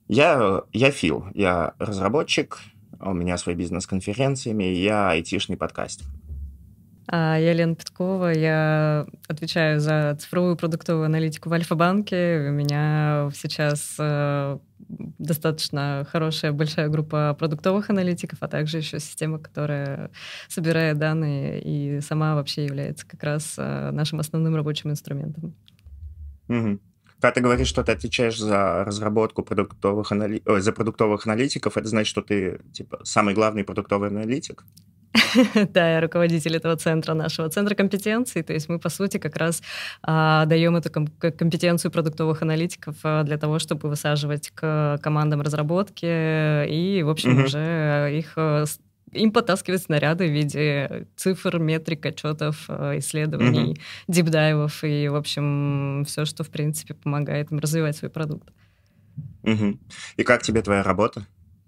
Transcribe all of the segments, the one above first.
Я Фил, я разработчик, у меня свои бизнес-конференциями, я айтишный подкастер. Я Лена Петкова, я отвечаю за цифровую продуктовую аналитику в Альфа-банке. У меня сейчас достаточно хорошая, большая группа продуктовых аналитиков, а также еще система, которая собирает данные и сама вообще является как раз нашим основным рабочим инструментом. Мгм. Когда ты говоришь, что ты отвечаешь за разработку за продуктовых аналитиков, это значит, что ты типа самый главный продуктовый аналитик? Да, я руководитель этого центра, нашего центра компетенций. То есть мы, по сути, как раз даем эту компетенцию продуктовых аналитиков для того, чтобы высаживать к командам разработки и, в общем, Мгм. уже им потаскивать снаряды в виде цифр, метрик, отчетов, Мгм. исследований, дипдайвов и, в общем, все, что, в принципе, помогает им развивать свой продукт. Мгм. И как тебе твоя работа?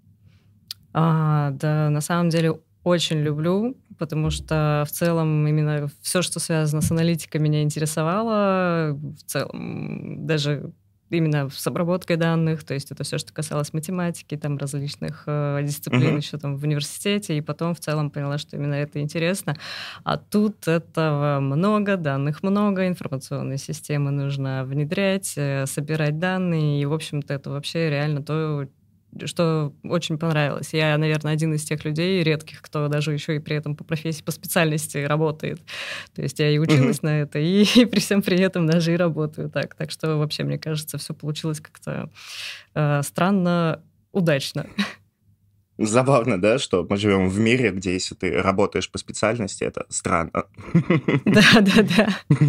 Да, на самом деле очень люблю, потому что в целом именно все, что связано с аналитикой, меня интересовало. В целом даже именно с обработкой данных, то есть это все, что касалось математики, там различных дисциплин Мгм. еще там в университете, и потом в целом поняла, что именно это интересно. А тут этого много, данных много, информационные системы нужно внедрять, собирать данные, и, в общем-то, это вообще реально то, что очень понравилось. Я, наверное, один из тех людей, редких, кто даже еще и при этом по профессии, по специальности работает. То есть я и Мгм. училась на это, и при всем при этом даже и работаю так. Так что вообще, мне кажется, все получилось как-то странно, удачно. Забавно, да, что мы живем в мире, где если ты работаешь по специальности, это странно. Да, да, да.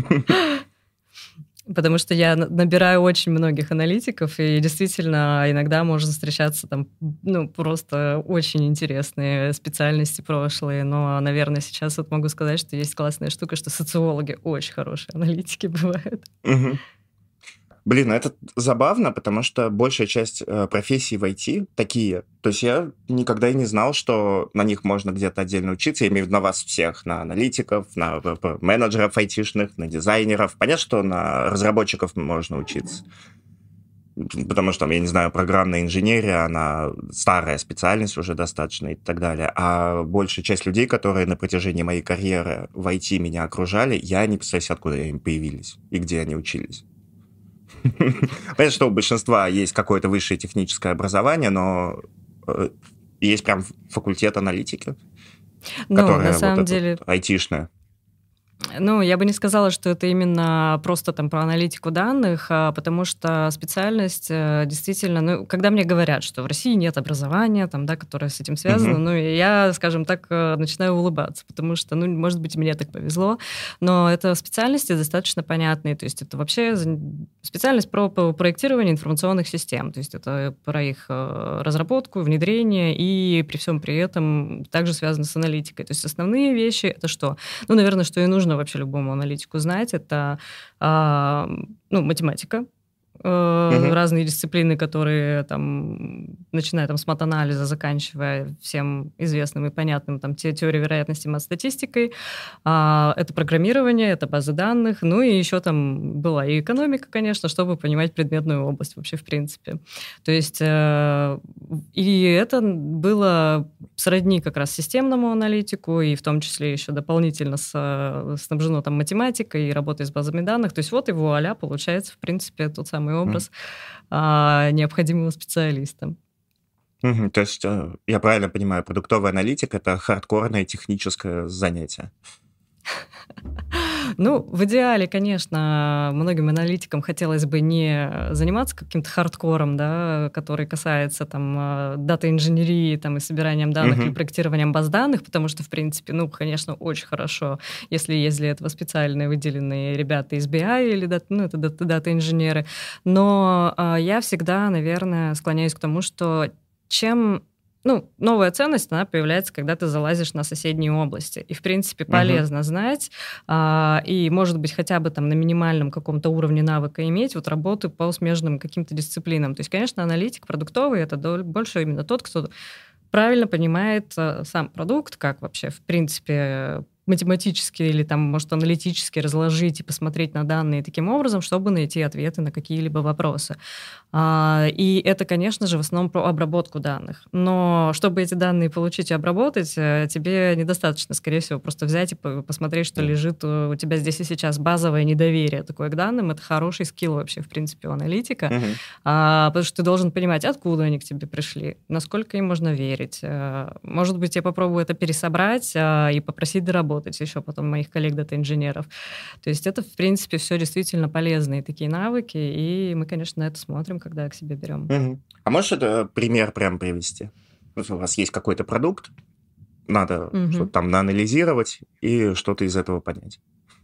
Потому что я набираю очень многих аналитиков, и действительно иногда может встречаться там, ну, просто очень интересные специальности прошлые. Но, наверное, сейчас вот могу сказать, что есть классная штука, что социологи очень хорошие аналитики бывают. Мгм. Блин, ну это забавно, потому что большая часть профессий в IT такие. То есть я никогда и не знал, что на них можно где-то отдельно учиться. Я имею в виду на вас всех, на аналитиков, на менеджеров айтишных, на дизайнеров. Понятно, что на разработчиков можно учиться. Потому что, там, я не знаю, программная инженерия, она старая специальность уже достаточно и так далее. А большая часть людей, которые на протяжении моей карьеры в IT меня окружали, я не представляю себе, откуда они появились и где они учились. Понятно, что у большинства есть какое-то высшее техническое образование, но э, есть прям факультет аналитики, Ну, на которая вот самом этот деле, айтишная. ну, я бы не сказала, что это именно просто там про аналитику данных, потому что специальность действительно, ну, когда мне говорят, что в России нет образования, там, да, которое с этим связано, Мгм. ну, и я, скажем так, начинаю улыбаться, потому что, ну, может быть, мне так повезло, но это специальности достаточно понятные, то есть это вообще специальность по проектированию информационных систем, то есть это про их разработку, внедрение, и при всем при этом также связано с аналитикой. То есть основные вещи — это что? Ну, наверное, что и нужно вообще любому аналитику знать, это а, ну, математика, Мгм. разные дисциплины, которые там, начиная там с матанализа, заканчивая всем известным и понятным там теорией вероятности, мат-статистикой. Это программирование, это базы данных, ну и еще там была и экономика, конечно, чтобы понимать предметную область вообще в принципе. То есть и это было сродни как раз системному аналитику, и в том числе еще дополнительно снабжено там математикой и работой с базами данных. То есть вот и вуаля, получается, в принципе, тот самый Мгм. образ необходимого специалиста. Мгм. То есть, я правильно понимаю, продуктовый аналитик — это хардкорное техническое занятие? Ну, в идеале, конечно, многим аналитикам хотелось бы не заниматься каким-то хардкором, да, который касается там дата-инженерии там, и собиранием данных или Мгм. проектированием баз данных, потому что, в принципе, ну, конечно, очень хорошо, если есть для этого специальные выделенные ребята из BI или ну, это дата-инженеры. Но я всегда, наверное, склоняюсь к тому, что чем ну, новая ценность, она появляется, когда ты залазишь на соседние области. И, в принципе, Мгм. полезно знать, и, может быть, хотя бы там на минимальном каком-то уровне навыка иметь вот работу по смежным каким-то дисциплинам. То есть, конечно, аналитик продуктовый — это больше именно тот, кто правильно понимает сам продукт, как вообще, в принципе, математически или там, может, аналитически разложить и посмотреть на данные таким образом, чтобы найти ответы на какие-либо вопросы. И это, конечно же, в основном про обработку данных. Но чтобы эти данные получить и обработать, тебе недостаточно, скорее всего, просто взять и посмотреть, что лежит у тебя здесь и сейчас. Базовое недоверие такое к данным — это хороший скилл вообще, в принципе, у аналитика, потому что ты должен понимать, откуда они к тебе пришли, насколько им можно верить. Может быть, я попробую это пересобрать и попросить доработать еще потом моих коллег-дата-инженеров. То есть это, в принципе, все действительно полезные такие навыки, и мы, конечно, на это смотрим, когда к себе берем. А можешь это пример прям привести? Вот у вас есть какой-то продукт, надо что-то там наанализировать и что-то из этого понять.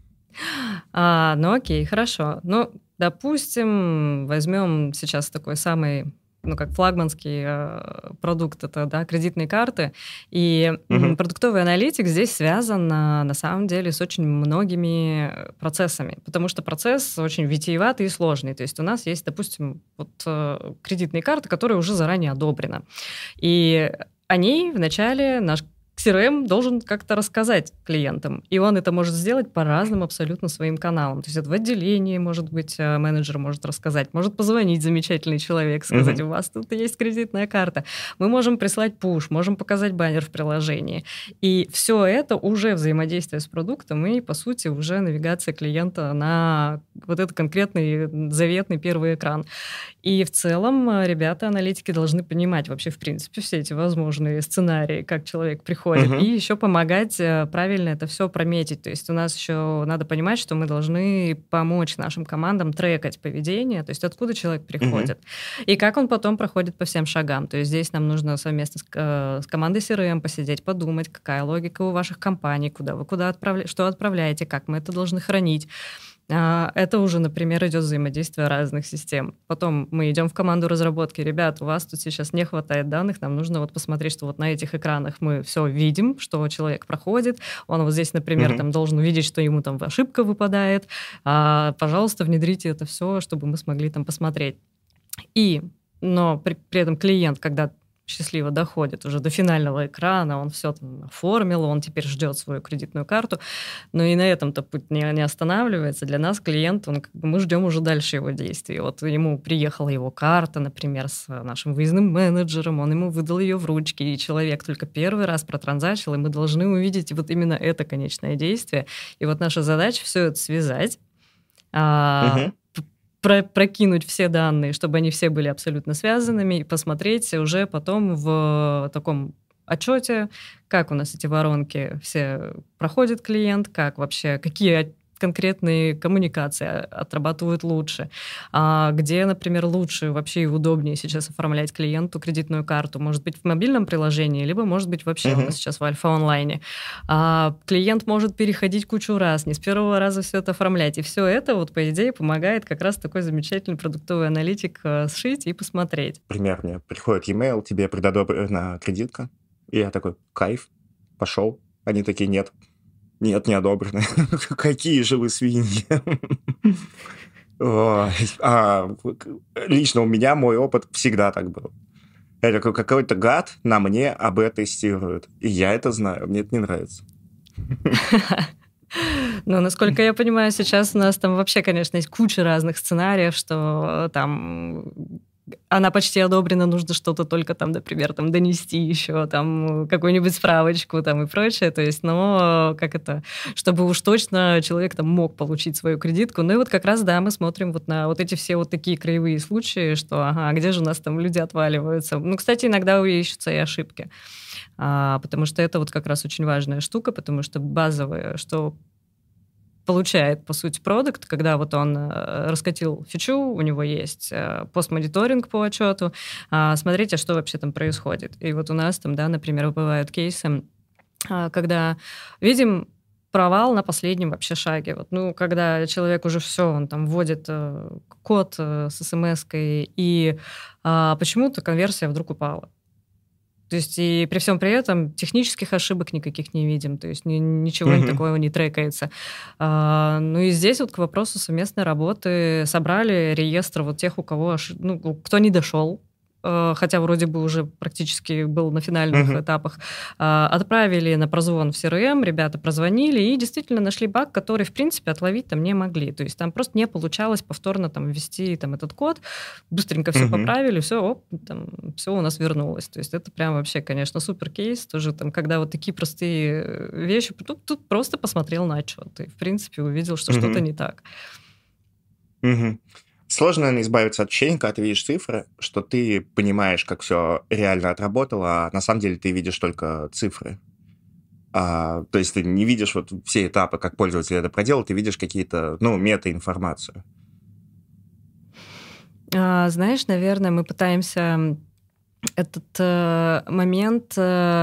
Ну окей, хорошо. Ну, допустим, возьмем сейчас такой самый, как флагманский продукт, это, да, кредитные карты. И продуктовый аналитик здесь связан, на самом деле, с очень многими процессами, потому что процесс очень витиеватый и сложный. То есть у нас есть, допустим, кредитные карты, которые уже заранее одобрены. И они вначале наш CRM должен как-то рассказать клиентам, и он это может сделать по разным абсолютно своим каналам. То есть это в отделении, может быть, менеджер может рассказать, может позвонить замечательный человек, сказать, у вас тут есть кредитная карта. Мы можем прислать пуш, можем показать баннер в приложении. И все это уже взаимодействие с продуктом и, по сути, уже навигация клиента на вот этот конкретный заветный первый экран. И в целом ребята, аналитики, должны понимать вообще, в принципе, все эти возможные сценарии, как человек приходит, и еще помогать правильно это все прометить. То есть у нас еще надо понимать, что мы должны помочь нашим командам трекать поведение, то есть откуда человек приходит, и как он потом проходит по всем шагам. То есть здесь нам нужно совместно с командой CRM посидеть, подумать, какая логика у ваших компаний, что отправляете, как мы это должны хранить. Это уже, например, идет взаимодействие разных систем. Потом мы идем в команду разработки. Ребят, у вас тут сейчас не хватает данных, нам нужно посмотреть, что на этих экранах мы все видим, что человек проходит. Он здесь, например, там должен увидеть, что ему там ошибка выпадает. Пожалуйста, внедрите это все, чтобы мы смогли там посмотреть. Но при этом клиент, когда счастливо доходит уже до финального экрана, он все там оформил, он теперь ждет свою кредитную карту, но и на этом-то путь не останавливается. Для нас клиент, мы ждем уже дальше его действий. Ему приехала его карта, например, с нашим выездным менеджером, он ему выдал ее в ручки, и человек только первый раз протранзачил, и мы должны увидеть именно это конечное действие. И наша задача все это связать, прокинуть все данные, чтобы они все были абсолютно связанными, и посмотреть уже потом в таком отчете, как у нас эти воронки все проходит клиент, как вообще, какие конкретные коммуникации отрабатывают лучше, где, например, лучше вообще и удобнее сейчас оформлять клиенту кредитную карту, может быть, в мобильном приложении, либо, может быть, вообще у нас сейчас в альфа-онлайне. Клиент может переходить кучу раз, не с первого раза все это оформлять, и все это, по идее, помогает как раз такой замечательный продуктовый аналитик сшить и посмотреть. Пример, мне приходит e-mail, тебе предодобрена кредитка, и я такой, кайф, пошел. Они такие, нет, не одобрены. Какие же вы свиньи. Лично у меня мой опыт всегда так был. Это какой-то гад на мне АБ тестирует. И я это знаю, мне это не нравится. Насколько я понимаю, сейчас у нас там вообще, конечно, есть куча разных сценариев, что там она почти одобрена, нужно что-то только там, например, там донести еще, там какую-нибудь справочку там и прочее. То есть, чтобы уж точно человек там мог получить свою кредитку. И как раз, да, мы смотрим на эти все такие краевые случаи, что, где же у нас там люди отваливаются. Кстати, иногда ищутся и ошибки. Потому что это как раз очень важная штука, потому что базовое, что получает, по сути, продукт, когда он раскатил фичу, у него есть постмониторинг по отчету, смотрите, что вообще там происходит. И у нас там, да, например, бывают кейсы, когда видим провал на последнем вообще шаге. Когда человек уже все, он там вводит код с смс-кой, и почему-то конверсия вдруг упала. То есть и при всем при этом технических ошибок никаких не видим, то есть ничего такого не трекается. И здесь к вопросу совместной работы собрали реестр тех, у кого кто не дошел, хотя вроде бы уже практически был на финальных этапах, отправили на прозвон в CRM, ребята прозвонили и действительно нашли баг, который, в принципе, отловить там не могли. То есть там просто не получалось повторно там ввести там этот код, быстренько все поправили, все, все у нас вернулось. То есть это прям вообще, конечно, супер кейс, тоже там, когда вот такие простые вещи, тут просто посмотрел на отчет и, в принципе, увидел, что что-то не так. Сложно, наверное, избавиться от ощущения, когда ты видишь цифры, что ты понимаешь, как все реально отработало, а на самом деле ты видишь только цифры. То есть ты не видишь вот все этапы, как пользователь это проделал, ты видишь какие-то, мета-информацию. Знаешь, наверное, мы пытаемся этот момент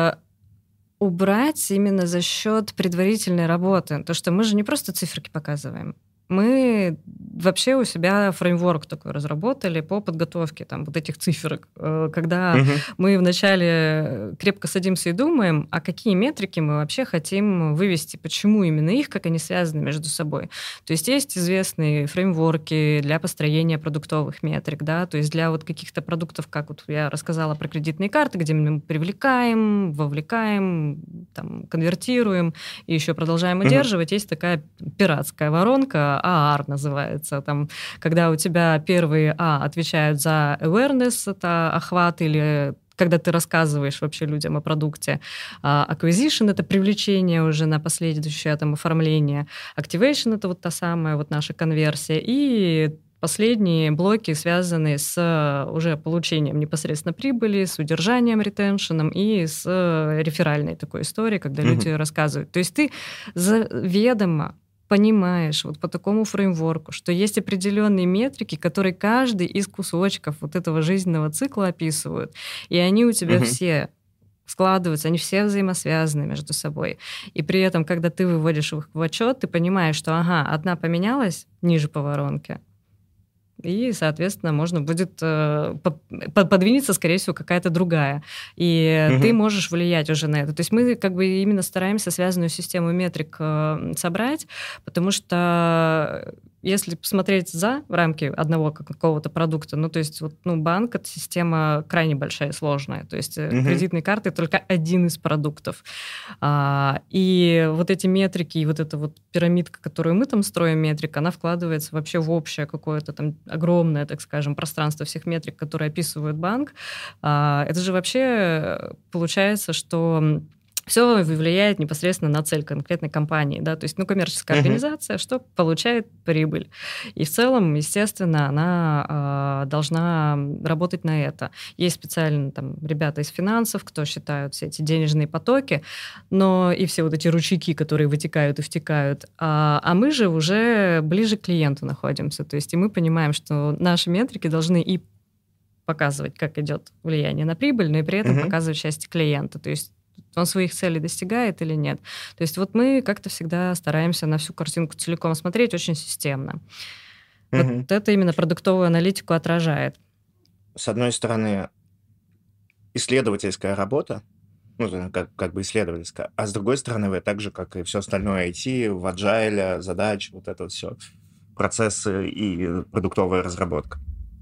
убрать именно за счет предварительной работы. То, что мы же не просто циферки показываем. Мы вообще у себя фреймворк такой разработали по подготовке там, вот этих циферок, когда мы вначале крепко садимся и думаем, а какие метрики мы вообще хотим вывести, почему именно их, как они связаны между собой. То есть есть известные фреймворки для построения продуктовых метрик, да, то есть для вот каких-то продуктов, как вот я рассказала про кредитные карты, где мы привлекаем, вовлекаем, там, конвертируем и еще продолжаем удерживать, есть такая пиратская воронка, AR называется, там, когда у тебя первые отвечают за awareness, это охват, или когда ты рассказываешь вообще людям о продукте. Acquisition — это привлечение уже на последующее там оформление. Activation — это вот та самая вот наша конверсия. И последние блоки связаны с уже получением непосредственно прибыли, с удержанием, ретеншеном и с реферальной такой историей, когда люди рассказывают. То есть ты заведомо понимаешь вот по такому фреймворку, что есть определенные метрики, которые каждый из кусочков вот этого жизненного цикла описывают, и они у тебя все складываются, они все взаимосвязаны между собой. И при этом, когда ты выводишь их в отчет, ты понимаешь, что одна поменялась ниже по воронке, и, соответственно, можно будет подвинется, скорее всего, какая-то другая. И ты можешь влиять уже на это. То есть мы как бы именно стараемся связанную систему метрик собрать, потому что если посмотреть за рамки одного какого-то продукта, то есть банк — это система крайне большая и сложная. То есть кредитные карты — только один из продуктов. И вот эти метрики, и вот эта вот пирамидка, которую мы там строим, метрика, она вкладывается вообще в общее какое-то там огромное, так скажем, пространство всех метрик, которые описывают банк. Это же вообще получается, что все влияет непосредственно на цель конкретной компании, да, то есть, коммерческая организация, что получает прибыль. И в целом, естественно, она должна работать на это. Есть специально там ребята из финансов, кто считают все эти денежные потоки, но и все вот эти ручейки, которые вытекают и втекают. А мы же уже ближе к клиенту находимся, то есть и мы понимаем, что наши метрики должны и показывать, как идет влияние на прибыль, но и при этом показывать счастье клиента, то есть он своих целей достигает или нет. То есть вот мы как-то всегда стараемся на всю картинку целиком смотреть очень системно. Вот это именно продуктовую аналитику отражает. С одной стороны, исследовательская работа, как бы исследовательская, а с другой стороны, вы так же, как и все остальное IT, в agile, задачи, вот это вот все, процессы и продуктовая разработка.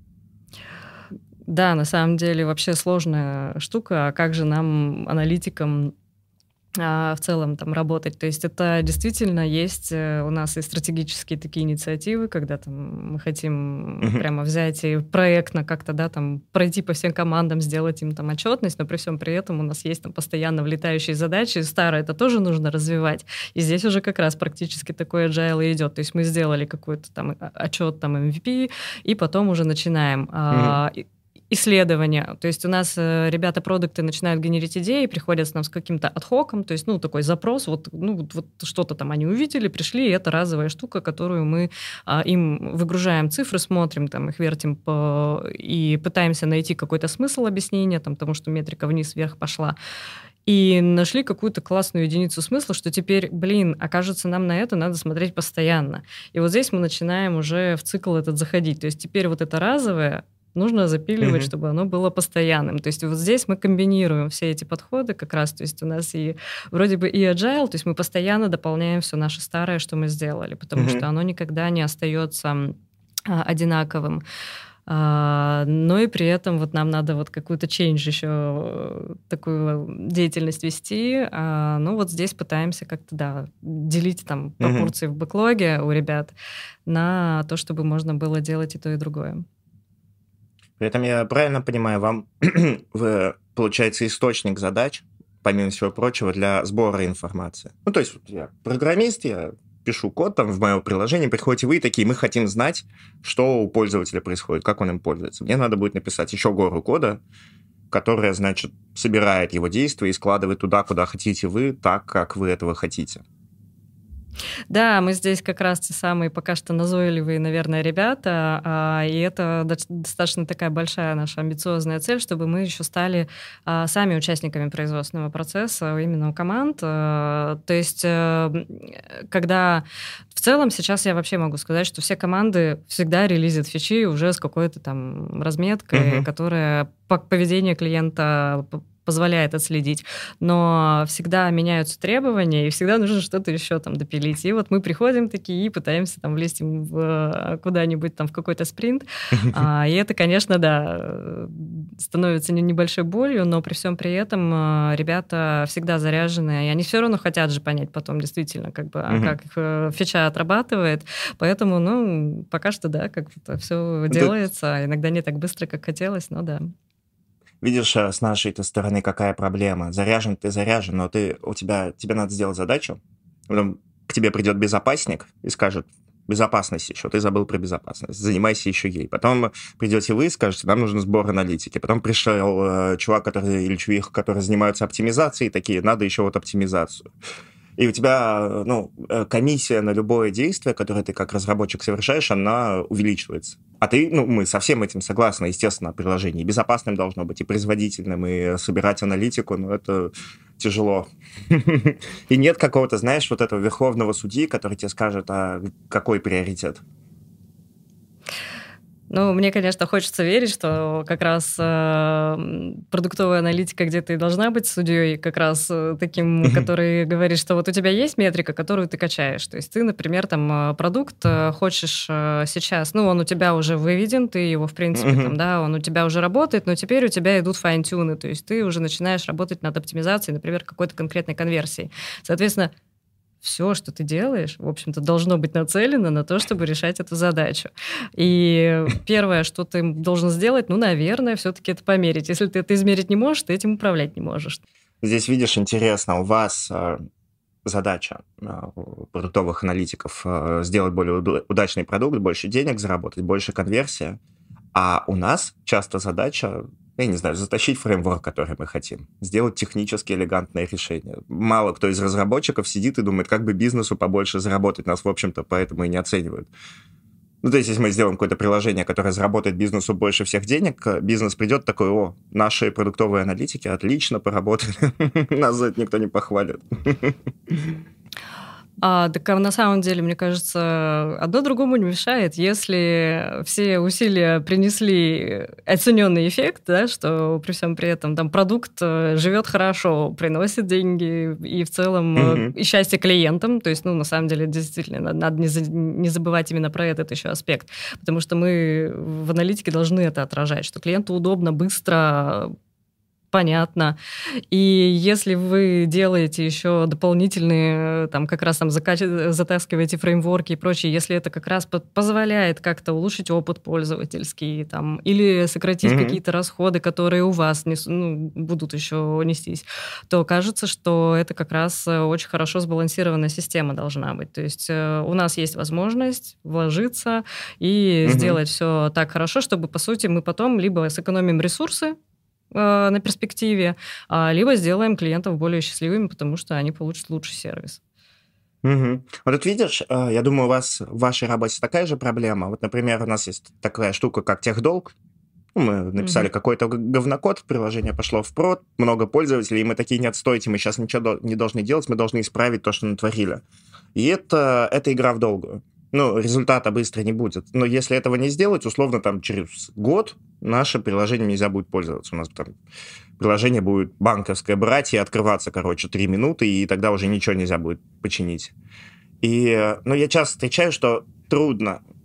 Да, на самом деле вообще сложная штука. А как же нам, аналитикам, в целом там работать? То есть это действительно есть у нас и стратегические такие инициативы, когда там мы хотим прямо взять и проектно как-то, да, там пройти по всем командам, сделать им там отчетность, но при всем при этом у нас есть там постоянно влетающие задачи, старое это тоже нужно развивать. И здесь уже как раз практически такой agile и идет. То есть мы сделали какой-то там отчет, там MVP, и потом уже начинаем исследования. То есть у нас ребята-продукты начинают генерить идеи, приходят с нам с каким-то адхоком, то есть, такой запрос, вот что-то там они увидели, пришли, и это разовая штука, которую мы им выгружаем цифры, смотрим, там, их вертим и пытаемся найти какой-то смысл объяснения, там, тому, что метрика вниз-вверх пошла. И нашли какую-то классную единицу смысла, что теперь, окажется, нам на это надо смотреть постоянно. И вот здесь мы начинаем уже в цикл этот заходить. То есть теперь вот это разовое нужно запиливать, чтобы оно было постоянным. То есть вот здесь мы комбинируем все эти подходы как раз. То есть у нас и вроде бы и agile, то есть мы постоянно дополняем все наше старое, что мы сделали, потому что оно никогда не остается одинаковым. Но и при этом вот нам надо вот какую-то change еще, такую деятельность вести. Ну, вот здесь пытаемся как-то, да, делить там Мгм. пропорции в бэклоге у ребят на то, чтобы можно было делать и то, и другое. При этом я правильно понимаю, вам вы, получается, источник задач, помимо всего прочего, для сбора информации. Ну, то есть вот я программист, я пишу код там в мое приложение, приходите вы и такие, мы хотим знать, что у пользователя происходит, как он им пользуется. Мне надо будет написать еще гору кода, которая, значит, собирает его действия и складывает туда, куда хотите вы, так, как вы этого хотите. Да, мы здесь как раз те самые пока что назойливые, наверное, ребята, и это достаточно такая большая наша амбициозная цель, чтобы мы еще стали сами участниками производственного процесса, именно у команд. То есть, когда в целом сейчас я вообще могу сказать, что все команды всегда релизят фичи уже с какой-то там разметкой, Мгм. которая поведение клиента позволяет отследить, но всегда меняются требования, и всегда нужно что-то еще там допилить. И вот мы приходим такие и пытаемся там влезть им куда-нибудь там в какой-то спринт. И это, конечно, да, становится небольшой болью, но при всем при этом ребята всегда заряжены, и они все равно хотят же понять потом действительно, как бы, Мгм. как их фича отрабатывает. Поэтому, ну, пока что, да, как это все Ну, ты делается. Иногда не так быстро, как хотелось, но да. видишь, с нашей-то стороны какая проблема. Заряжен ты заряжен, но тебе надо сделать задачу, потом к тебе придет безопасник и скажет, безопасность еще, ты забыл про безопасность, занимайся еще ей. Потом придете вы и скажете, нам нужен сбор аналитики. Потом пришел чувак, или чувих, которые занимаются оптимизацией, такие, надо еще вот оптимизацию. И у тебя, комиссия на любое действие, которое ты как разработчик совершаешь, она увеличивается. А мы со всем этим согласны, естественно, приложение и безопасным должно быть, и производительным, и собирать аналитику, но это тяжело. И нет какого-то, знаешь, вот этого верховного судьи, который тебе скажет, а какой приоритет. Ну, мне, конечно, хочется верить, что как раз продуктовая аналитика где-то и должна быть судьей, как раз таким, который говорит, что вот у тебя есть метрика, которую ты качаешь. То есть ты, например, там продукт хочешь сейчас, ну, он у тебя уже выведен, ты его, в принципе, там, да, он у тебя уже работает, но теперь у тебя идут файн-тюны, то есть ты уже начинаешь работать над оптимизацией, например, какой-то конкретной конверсии. Соответственно, все, что ты делаешь, в общем-то, должно быть нацелено на то, чтобы решать эту задачу. И первое, что ты должен сделать, ну, наверное, все-таки это померить. Если ты это измерить не можешь, ты этим управлять не можешь. Здесь, видишь, интересно, у вас задача у продуктовых аналитиков сделать более удачный продукт, больше денег заработать, больше конверсия. А у нас часто задача, я не знаю, затащить фреймворк, который мы хотим, сделать технически элегантное решение. Мало кто из разработчиков сидит и думает, как бы бизнесу побольше заработать. Нас, в общем-то, поэтому и не оценивают. Ну, то есть, если мы сделаем какое-то приложение, которое заработает бизнесу больше всех денег, бизнес придет такой, о, наши продуктовые аналитики отлично поработали, нас за это никто не похвалит. Так на самом деле, мне кажется, одно другому не мешает, если все усилия принесли оцененный эффект, да, что при всем при этом там продукт живет хорошо, приносит деньги и в целом и счастье клиентам. То есть, ну, на самом деле, действительно, надо не забывать именно про этот еще аспект, потому что мы в аналитике должны это отражать, что клиенту удобно, быстро, понятно. И если вы делаете еще дополнительные, там, как раз там затаскиваете фреймворки и прочее, если это как раз позволяет как-то улучшить опыт пользовательский, там, или сократить какие-то расходы, которые у вас будут еще нестись, то кажется, что это как раз очень хорошо сбалансированная система должна быть. То есть у нас есть возможность вложиться и сделать все так хорошо, чтобы, по сути, мы потом либо сэкономим ресурсы на перспективе, либо сделаем клиентов более счастливыми, потому что они получат лучший сервис. Вот тут видишь, я думаю, у вас в вашей работе такая же проблема. Вот, например, у нас есть такая штука, как техдолг. Мы написали какой-то говнокод, приложение пошло в прод, много пользователей, и мы такие, нет, стойте, мы сейчас ничего не должны делать, мы должны исправить то, что натворили. И это игра в долгую. Ну, результата быстро не будет. Но если этого не сделать, условно, там, через год наше приложение нельзя будет пользоваться. У нас там приложение будет банковское брать и открываться, 3 минуты, и тогда уже ничего нельзя будет починить. И, я часто встречаю, что трудно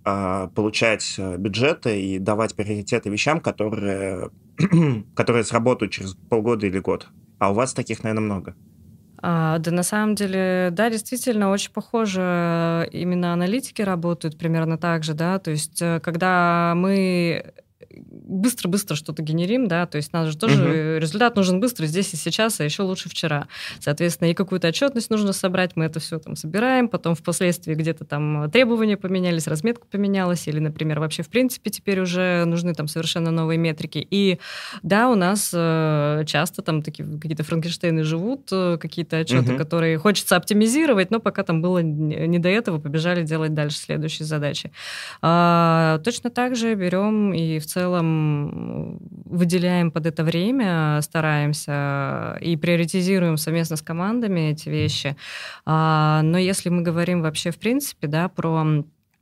получать бюджеты и давать приоритеты вещам, которые, которые сработают через полгода или год. А у вас таких, наверное, много. Да, на самом деле, да, действительно, очень похоже, именно аналитики работают примерно так же, да, то есть, когда мы быстро-быстро что-то генерим, да, то есть нам же Мгм. тоже результат нужен быстро, здесь и сейчас, а еще лучше вчера. Соответственно, и какую-то отчетность нужно собрать, мы это все там собираем, потом впоследствии где-то там требования поменялись, разметка поменялась, или, например, вообще в принципе теперь уже нужны там совершенно новые метрики. И да, у нас часто там такие какие-то франкенштейны живут, какие-то отчеты, Мгм. которые хочется оптимизировать, но пока там было не до этого, побежали делать дальше следующие задачи. Точно так же берем и в целом выделяем под это время, стараемся и приоритизируем совместно с командами эти вещи. Но если мы говорим вообще в принципе, да, про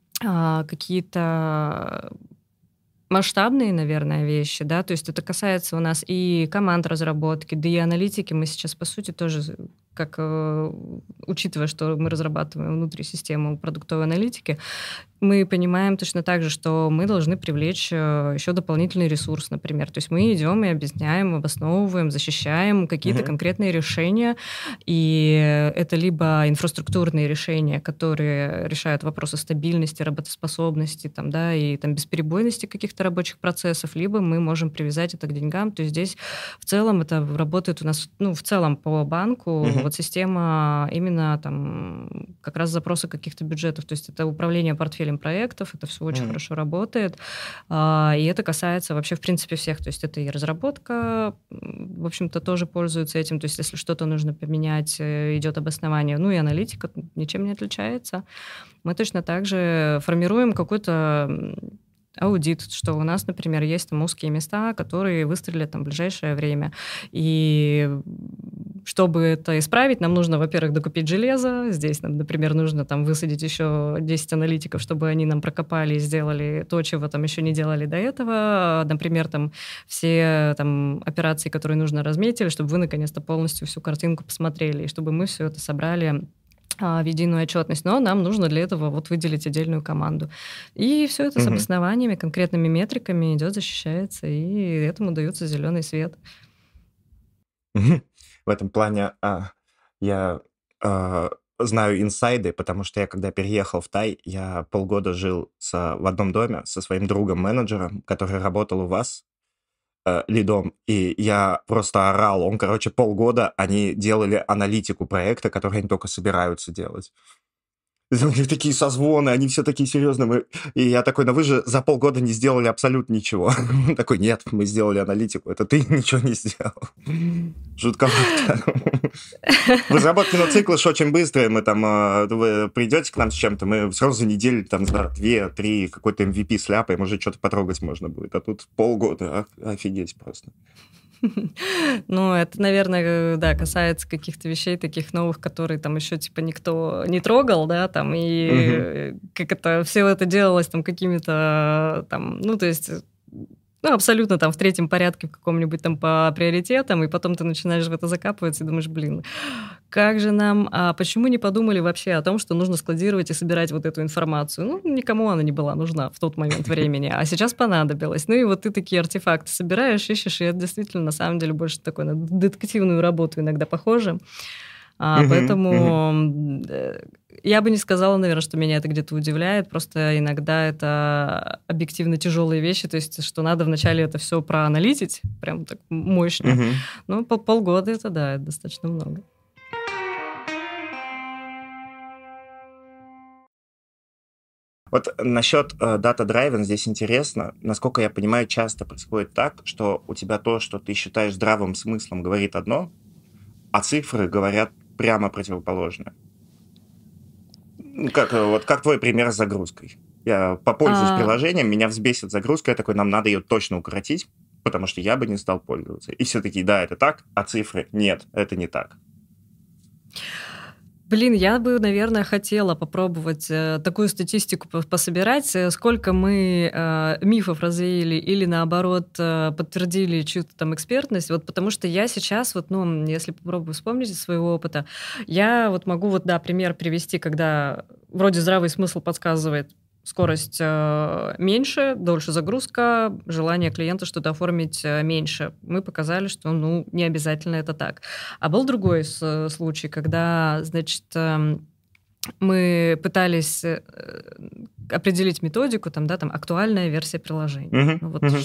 какие-то масштабные, наверное, вещи, да, то есть это касается у нас и команд разработки, да и аналитики мы сейчас, по сути, тоже, как, учитывая, что мы разрабатываем внутри систему продуктовой аналитики, мы понимаем точно так же, что мы должны привлечь еще дополнительный ресурс, например. То есть мы идем и объясняем, обосновываем, защищаем какие-то Мгм. конкретные решения, и это либо инфраструктурные решения, которые решают вопросы стабильности, работоспособности, там, да, и там, бесперебойности каких-то рабочих процессов, либо мы можем привязать это к деньгам. То есть здесь в целом это работает у нас, ну, в целом по банку Мгм. вот система именно там как раз запроса каких-то бюджетов. То есть это управление портфелем проектов, это все очень Мгм. хорошо работает. И это касается вообще, в принципе, всех. То есть это и разработка, в общем-то, тоже пользуется этим. То есть если что-то нужно поменять, идет обоснование. Ну и аналитика ничем не отличается. Мы точно так же формируем какой-то аудит, что у нас, например, есть там узкие места, которые выстрелят там в ближайшее время. И чтобы это исправить, нам нужно, во-первых, докупить железо. Здесь нам, например, нужно там высадить еще 10 аналитиков, чтобы они нам прокопали и сделали то, чего там еще не делали до этого. Например, там все там операции, которые нужно, разметили, чтобы вы наконец-то полностью всю картинку посмотрели, и чтобы мы все это собрали в единую отчетность, но нам нужно для этого вот выделить отдельную команду. И все это с Мгм. обоснованиями, конкретными метриками идет, защищается, и этому дается зеленый свет. Мгм. В этом плане я а, знаю инсайды, потому что я, когда переехал в Тай, я полгода жил в одном доме со своим другом-менеджером, который работал у вас лидом, и я просто орал. Он, короче, полгода они делали аналитику проекта, который они только собираются делать. У них такие созвоны, они все такие серьезные. И я такой, ну вы же за полгода не сделали абсолютно ничего. Он такой, нет, мы сделали аналитику, это ты ничего не сделал. Жутковато. В разработке на циклы ж очень быстрые. Мы там, вы придете к нам с чем-то, мы сразу за неделю, там, за 2-3 какой-то MVP сляпаем, уже что-то потрогать можно будет. А тут полгода, офигеть просто. Ну, это, наверное, да, касается каких-то вещей таких новых, которые там еще типа никто не трогал, да, там, и Мгм. как это, все это делалось там какими-то там, ну, то есть ну, абсолютно там в третьем порядке в каком-нибудь там по приоритетам, и потом ты начинаешь в это закапываться и думаешь, блин, как же нам, почему не подумали вообще о том, что нужно складировать и собирать вот эту информацию? Ну, никому она не была нужна в тот момент времени, а сейчас понадобилась. Ну и вот ты такие артефакты собираешь, ищешь, и это действительно на самом деле больше такой на детективную работу иногда похоже. Мгм. Мгм. Поэтому я бы не сказала, наверное, что меня это где-то удивляет. Просто иногда это объективно тяжелые вещи, то есть что надо вначале это все проанализить, прям так мощно. Мгм. Ну, полгода это, да, это достаточно много. Вот насчет дата-драйвен здесь интересно. Насколько я понимаю, часто происходит так, что у тебя то, что ты считаешь здравым смыслом, говорит одно, а цифры говорят прямо противоположное. Вот как твой пример с загрузкой. Я попользуюсь А, приложением, меня взбесит загрузка, я такой, нам надо ее точно укоротить, потому что я бы не стал пользоваться. И все такие, да, это так, а цифры нет, это не так. Блин, я бы, наверное, хотела попробовать такую статистику пособирать, сколько мы мифов развеяли или, наоборот, подтвердили чью-то там экспертность. Вот потому что я сейчас, вот, ну, если попробую вспомнить из своего опыта, я вот могу вот, да, пример привести, когда вроде здравый смысл подсказывает, скорость меньше, дольше загрузка, желание клиента что-то оформить меньше. Мы показали, что, не обязательно это так. А был другой случай, когда, значит, мы пытались определить методику, там, актуальная версия приложения.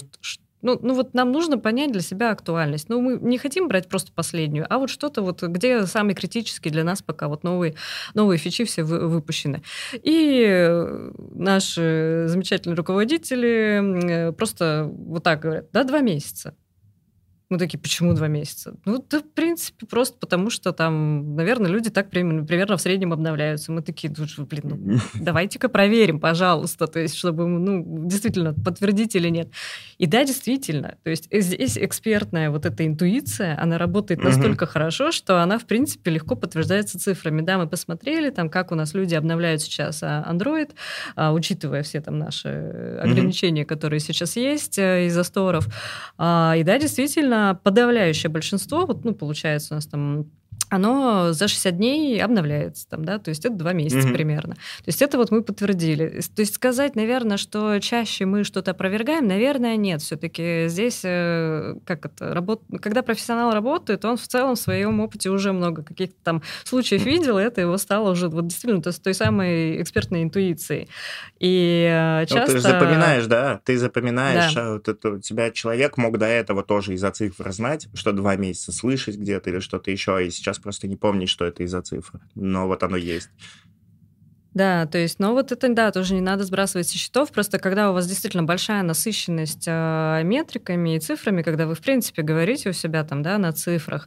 Вот нам нужно понять для себя актуальность. Мы не хотим брать просто последнюю, а вот что-то, где самый критический для нас пока новые фичи все выпущены. И наши замечательные руководители просто вот так говорят: да, 2 месяца. Мы такие: почему 2 месяца? Да, в принципе, просто потому что там, наверное, люди так примерно в среднем обновляются. Мы такие: давайте-ка проверим, пожалуйста, то есть, чтобы, действительно, подтвердить или нет. И да, действительно, то есть здесь экспертная вот эта интуиция, она работает настолько хорошо, что она, в принципе, легко подтверждается цифрами. Да, мы посмотрели, там, как у нас люди обновляют сейчас Android, учитывая все там наши ограничения, которые сейчас есть из-за сторов. И да, действительно, подавляющее большинство, получается у нас там, оно за 60 дней обновляется, то есть это 2 месяца примерно. То есть это мы подтвердили. То есть сказать, наверное, что чаще мы что-то опровергаем, наверное, нет. Все-таки здесь, когда профессионал работает, он в целом в своем опыте уже много каких-то там случаев видел, и это его стало уже действительно с той самой экспертной интуицией. И часто... Ты же запоминаешь, да? Ты запоминаешь, да. У тебя человек мог до этого тоже из-за цифр знать, что 2 месяца слышать где-то или что-то еще, и сейчас просто не помнить, что это из-за цифр. Но вот оно есть. Да, то есть, это тоже не надо сбрасывать со счетов. Просто когда у вас действительно большая насыщенность метриками и цифрами, когда вы, в принципе, говорите у себя там, на цифрах,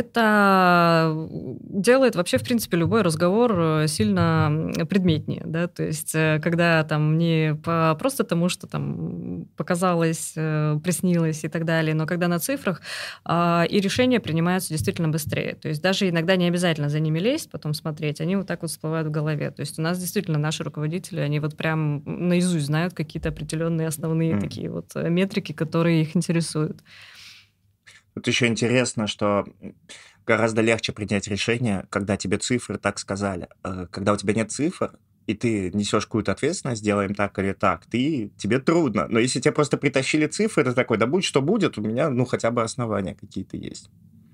это делает вообще, в принципе, любой разговор сильно предметнее, да, то есть, когда там не просто тому, что там показалось, приснилось и так далее, но когда на цифрах, и решения принимаются действительно быстрее. То есть даже иногда не обязательно за ними лезть, потом смотреть, они вот так всплывают в голове. То есть у нас действительно наши руководители, они прям наизусть знают какие-то определенные основные такие метрики, которые их интересуют. Тут еще интересно, что гораздо легче принять решение, когда тебе цифры так сказали. Когда у тебя нет цифр, и ты несешь какую-то ответственность, делаем так или так, тебе трудно. Но если тебе просто притащили цифры, ты такой: да будь что будет, у меня хотя бы основания какие-то есть.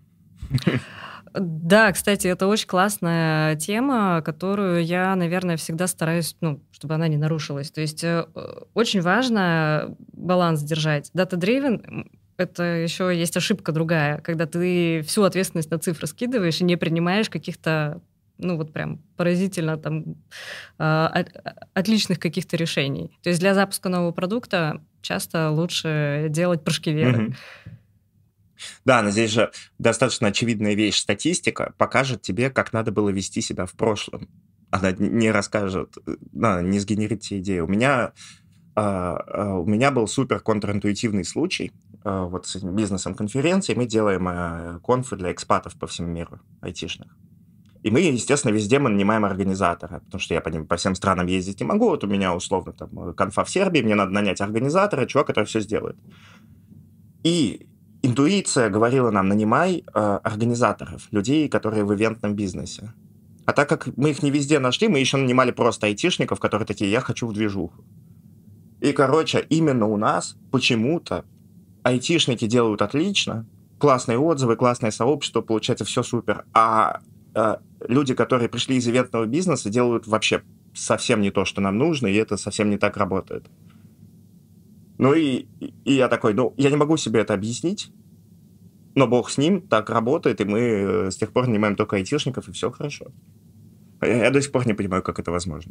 Да, кстати, это очень классная тема, которую я, наверное, всегда стараюсь, чтобы она не нарушилась. То есть очень важно баланс держать. Data-driven — это еще есть ошибка другая, когда ты всю ответственность на цифры скидываешь и не принимаешь каких-то, прям поразительно там отличных каких-то решений. То есть для запуска нового продукта часто лучше делать прыжки веры. Да, но здесь же достаточно очевидная вещь. Статистика покажет тебе, как надо было вести себя в прошлом. Она не расскажет, не сгенерит те идеи. У меня был супер контринтуитивный случай. С бизнесом конференции мы делаем конфы для экспатов по всему миру, айтишных. И мы, естественно, везде мы нанимаем организатора, потому что я по всем странам ездить не могу. Вот у меня, условно, там конфа в Сербии, мне надо нанять организатора, чувак, который все сделает. И интуиция говорила нам: нанимай организаторов, людей, которые в ивентном бизнесе. А так как мы их не везде нашли, мы еще нанимали просто айтишников, которые такие: я хочу в движуху. И, именно у нас почему-то айтишники делают отлично, классные отзывы, классное сообщество, получается все супер. А люди, которые пришли из ивентного бизнеса, делают вообще совсем не то, что нам нужно, и это совсем не так работает. И я такой: я не могу себе это объяснить, но бог с ним, так работает, и мы с тех пор нанимаем только айтишников, и все хорошо. Я до сих пор не понимаю, как это возможно.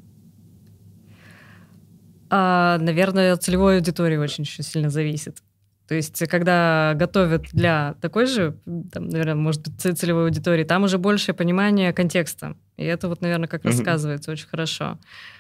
Наверное, от целевой аудитории очень сильно зависит. То есть, когда готовят для такой же, наверное, может быть, целевой аудитории, там уже большее понимание контекста. И это наверное, как рассказывается очень хорошо.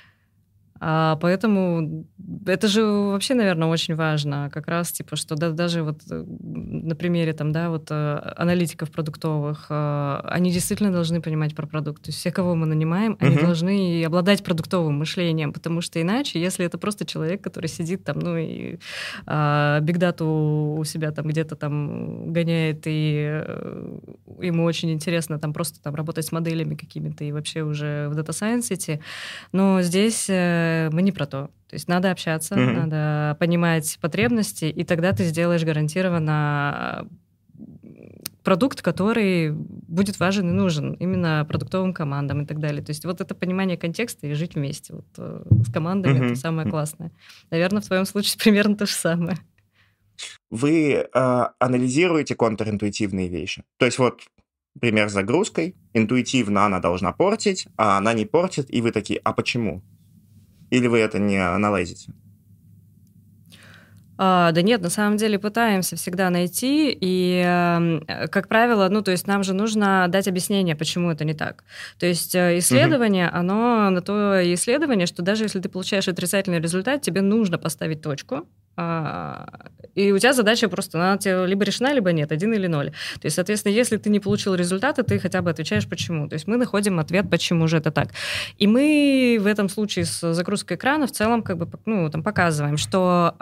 Поэтому это же вообще, наверное, очень важно. Как раз, что даже на примере аналитиков продуктовых, они действительно должны понимать про продукт. То есть все, кого мы нанимаем, они должны и обладать продуктовым мышлением, потому что иначе, если это просто человек, который сидит и бигдату у себя где-то гоняет и ему очень интересно там просто там работать с моделями какими-то и вообще уже в Data Science идти. Но здесь мы не про то. То есть надо общаться, надо понимать потребности, и тогда ты сделаешь гарантированно продукт, который будет важен и нужен именно продуктовым командам и так далее. То есть вот это понимание контекста и жить вместе вот, с командами, это самое классное. Наверное, в твоем случае примерно то же самое. Вы анализируете контринтуитивные вещи. То есть вот пример с загрузкой. Интуитивно она должна портить, а она не портит, и вы такие, а почему? Или вы это не анализите? Да нет, на самом деле пытаемся всегда найти, и, как правило, ну, то есть нам же нужно дать объяснение, почему это не так. То есть исследование, оно на то и исследование, что даже если ты получаешь отрицательный результат, тебе нужно поставить точку, и у тебя задача просто, она тебе либо решена, либо нет, 1 или 0. То есть, соответственно, если ты не получил результаты, ты хотя бы отвечаешь, почему. То есть мы находим ответ, почему же это так. И мы в этом случае с загрузкой экрана в целом как бы, ну, там, показываем, что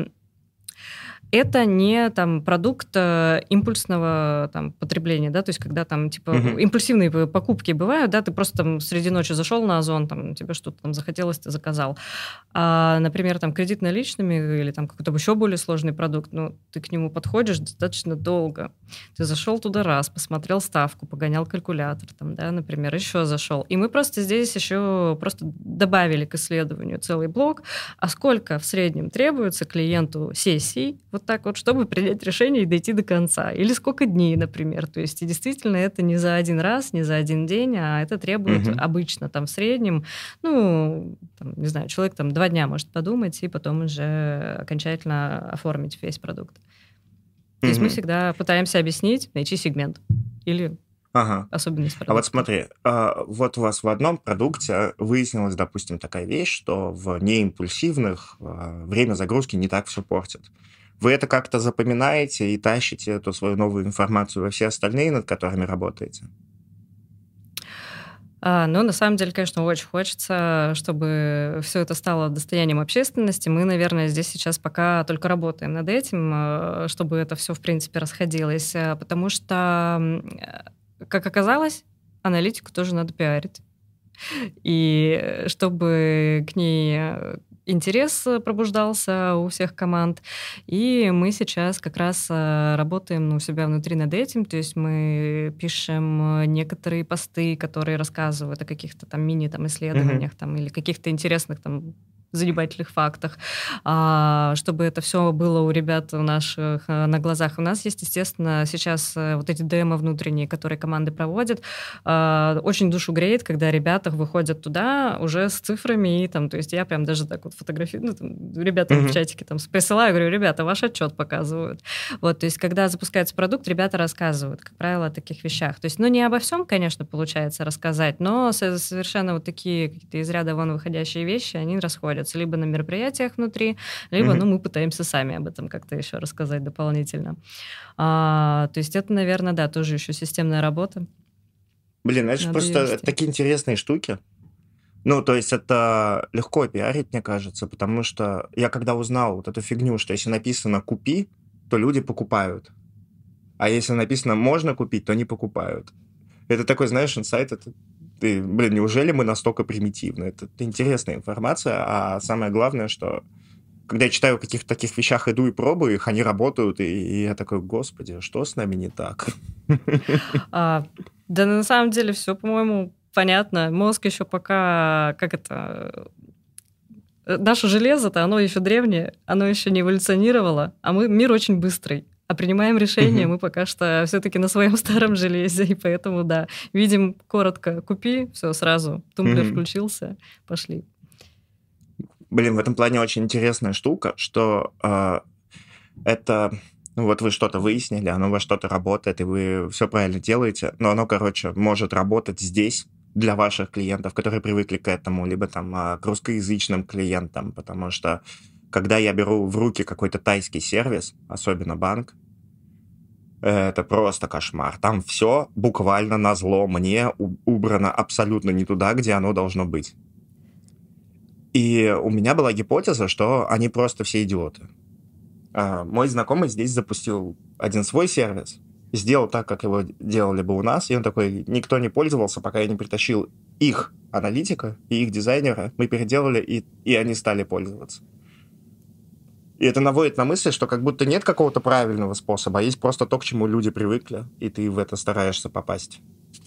это не там продукт импульсного там потребления, да, то есть когда там типа импульсивные покупки бывают, да, ты просто там среди ночи зашел на Озон, там тебе что-то там захотелось, ты заказал. А, например, там кредит-наличными или там какой-то еще более сложный продукт, ну, ты к нему подходишь достаточно долго. Ты зашел туда раз, посмотрел ставку, погонял калькулятор, там, да, например, еще зашел. И мы просто здесь еще просто добавили к исследованию целый блок, а сколько в среднем требуется клиенту сессий, вот так вот, чтобы принять решение и дойти до конца. Или сколько дней, например. То есть, и действительно, это не за один раз, не за один день, а это требует обычно там в среднем, ну, там, не знаю, человек там 2 дня может подумать и потом уже окончательно оформить весь продукт. То есть мы всегда пытаемся объяснить, найти сегмент или особенность продукта. А вот смотри, вот у вас в одном продукте выяснилась, допустим, такая вещь, что в неимпульсивных время загрузки не так все портит. Вы это как-то запоминаете и тащите эту свою новую информацию во все остальные, над которыми работаете? Ну, на самом деле, конечно, очень хочется, чтобы все это стало достоянием общественности. Мы, наверное, здесь сейчас пока только работаем над этим, чтобы это все, в принципе, расходилось. Потому что, как оказалось, аналитику тоже надо пиарить. И чтобы к ней интерес пробуждался у всех команд. И мы сейчас как раз работаем у себя внутри над этим. То есть мы пишем некоторые посты, которые рассказывают о каких-то там мини-исследованиях там, или каких-то интересных там занимательных фактах, чтобы это все было у ребят у наших на глазах. У нас есть, естественно, сейчас вот эти демо внутренние, которые команды проводят. Очень душу греет, когда ребята выходят туда уже с цифрами, и там, то есть я прям даже так вот фотографирую, ребятам в чатике там присылаю, говорю, ребята, ваш отчет показывают. Вот, то есть когда запускается продукт, ребята рассказывают, как правило, о таких вещах. То есть, ну, не обо всем, конечно, получается рассказать, но совершенно вот такие какие-то из ряда вон выходящие вещи, они расходятся либо на мероприятиях внутри, либо ну, мы пытаемся сами об этом как-то еще рассказать дополнительно. То есть это, наверное, да, тоже еще системная работа. Блин, это же просто такие интересные штуки. Ну, то есть это легко пиарить, мне кажется, потому что я когда узнал вот эту фигню, что если написано «купи», то люди покупают. А если написано «можно купить», то не покупают. Это такой, знаешь, инсайт, это блин, неужели мы настолько примитивны? Это интересная информация, а самое главное, что когда я читаю о каких-то таких вещах, иду и пробую их, они работают, и я такой, господи, что с нами не так? Да, на самом деле все, по-моему, понятно. Мозг еще пока, наше железо-то, оно еще древнее, оно еще не эволюционировало, а мир очень быстрый. А принимаем решение мы пока что все-таки на своем старом железе, и поэтому, да, видим коротко, купи, все, сразу, тумблер включился, пошли. Блин, в этом плане очень интересная штука, что это, ну вот вы что-то выяснили, оно во что-то работает, и вы все правильно делаете, но оно, короче, может работать здесь, для ваших клиентов, которые привыкли к этому, либо там к русскоязычным клиентам, потому что когда я беру в руки какой-то тайский сервис, особенно банк, это просто кошмар. Там все буквально назло мне убрано абсолютно не туда, где оно должно быть. И у меня была гипотеза, что они просто все идиоты. Мой знакомый здесь запустил один свой сервис, сделал так, как его делали бы у нас, и он такой, никто не пользовался, пока я не притащил их аналитика и их дизайнера, мы переделали, и они стали пользоваться. И это наводит на мысль, что как будто нет какого-то правильного способа, а есть просто то, к чему люди привыкли, и ты в это стараешься попасть.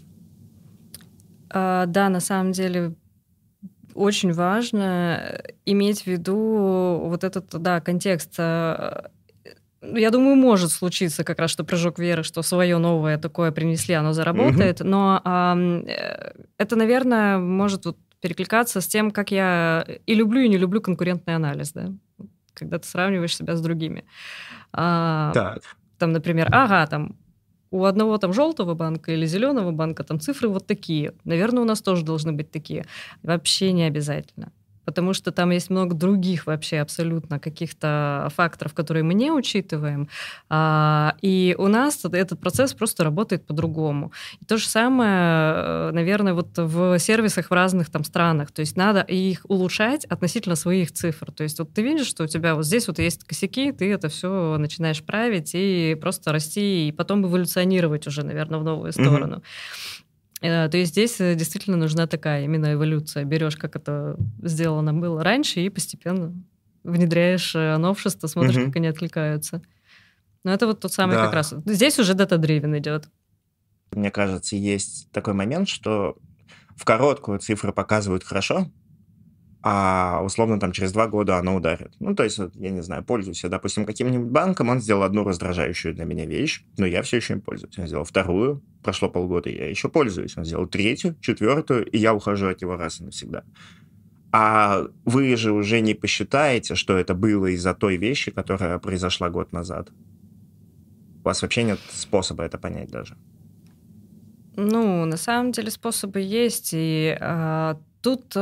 Да, на самом деле очень важно иметь в виду вот этот, да, контекст. Я думаю, может случиться как раз, что прыжок веры, что свое новое такое принесли, оно заработает, но это, наверное, может вот перекликаться с тем, как я и люблю, и не люблю конкурентный анализ, да, когда ты сравниваешь себя с другими. Так. Там, например, там у одного там желтого банка или зеленого банка там цифры вот такие. Наверное, у нас тоже должны быть такие. Вообще не обязательно. Потому что там есть много других вообще абсолютно каких-то факторов, которые мы не учитываем. И у нас этот процесс просто работает по-другому. И то же самое, наверное, вот в сервисах в разных там странах. То есть надо их улучшать относительно своих цифр. То есть вот ты видишь, что у тебя вот здесь вот есть косяки, ты это все начинаешь править и просто расти, и потом эволюционировать уже, наверное, в новую сторону. То есть здесь действительно нужна такая именно эволюция. Берешь, как это сделано было раньше, и постепенно внедряешь новшества, смотришь, как они откликаются. Но это вот тот самый как раз... Здесь уже data-driven идет. Мне кажется, есть такой момент, что в короткую цифры показывают хорошо, а условно там через 2 года оно ударит. Ну, то есть, я не знаю, пользуюсь я, допустим, каким-нибудь банком, он сделал одну раздражающую для меня вещь, но я все еще им пользуюсь. Он сделал вторую, прошло полгода, и я еще пользуюсь. Он сделал третью, четвертую, и я ухожу от него раз и навсегда. А вы же уже не посчитаете, что это было из-за той вещи, которая произошла год назад. У вас вообще нет способа это понять даже. Ну, на самом деле способы есть, и тут...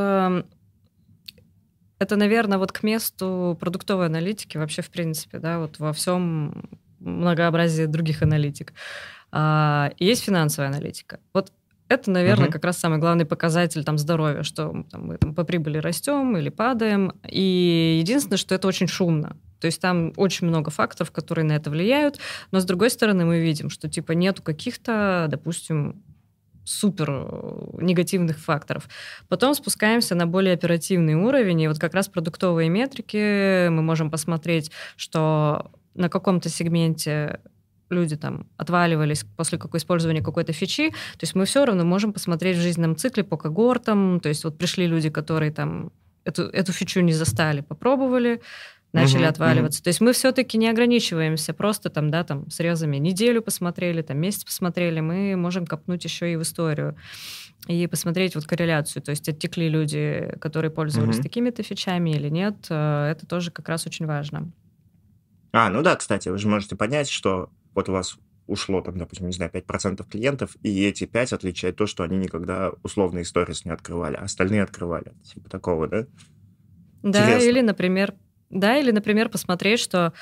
Это, наверное, вот к месту продуктовой аналитики вообще, в принципе, да, вот во всем многообразии других аналитик. Есть финансовая аналитика. Вот это, наверное, как раз самый главный показатель там, здоровья, что там, мы там, по прибыли растем или падаем. И единственное, что это очень шумно. То есть там очень много факторов, которые на это влияют. Но, с другой стороны, мы видим, что типа нету каких-то, допустим, супер негативных факторов. Потом спускаемся на более оперативный уровень, и вот как раз продуктовые метрики мы можем посмотреть, что на каком-то сегменте люди там отваливались после использования какой-то фичи, то есть мы все равно можем посмотреть в жизненном цикле по когортам, то есть вот пришли люди, которые там эту фичу не застали, попробовали, начали отваливаться. То есть мы все-таки не ограничиваемся просто там, да, там, срезами. Неделю посмотрели, там, месяц посмотрели. Мы можем копнуть еще и в историю и посмотреть вот корреляцию. То есть оттекли люди, которые пользовались такими-то фичами или нет. Это тоже как раз очень важно. Ну да, кстати, вы же можете понять, что вот у вас ушло, там, допустим, не знаю, 5% клиентов, и эти 5 отличает то, что они никогда условные сторис не открывали, а остальные открывали. Типа такого, да? Да, или, например, посмотреть, что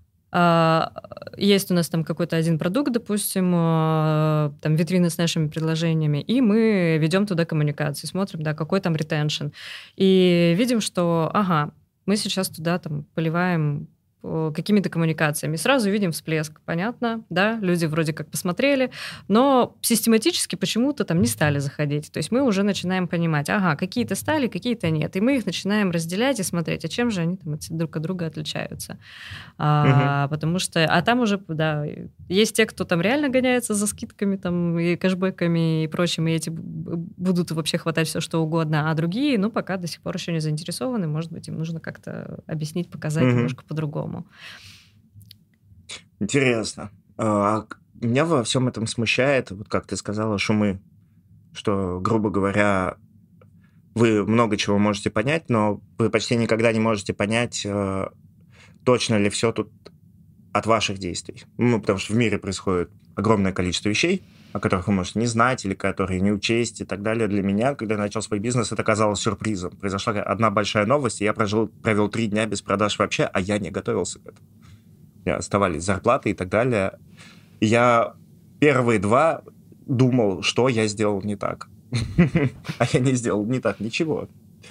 есть у нас там какой-то один продукт, допустим, там витрина с нашими предложениями, и мы ведем туда коммуникации, смотрим, да, какой там ретеншн. И видим, что, мы сейчас туда там поливаем какими-то коммуникациями. Сразу видим всплеск, понятно, да, люди вроде как посмотрели, но систематически почему-то там не стали заходить. То есть мы уже начинаем понимать, какие-то стали, какие-то нет. И мы их начинаем разделять и смотреть, а чем же они там друг от друга отличаются. Потому что, там уже, да, есть те, кто там реально гоняется за скидками там и кэшбэками и прочим, и эти будут вообще хватать все, что угодно, а другие, пока до сих пор еще не заинтересованы, может быть, им нужно как-то объяснить, показать немножко по-другому. Интересно. Меня во всем этом смущает, вот как ты сказала, шумы, что, грубо говоря, вы много чего можете понять, но вы почти никогда не можете понять, точно ли все тут от ваших действий. Потому что в мире происходит огромное количество вещей, о которых вы можете не знать или которые не учесть и так далее. Для меня, когда я начал свой бизнес, это казалось сюрпризом. Произошла одна большая новость, и я провел 3 дня без продаж вообще, а я не готовился к этому. У меня оставались зарплаты и так далее. И я первые 2 думал, что я сделал не так. А я не сделал не так ничего.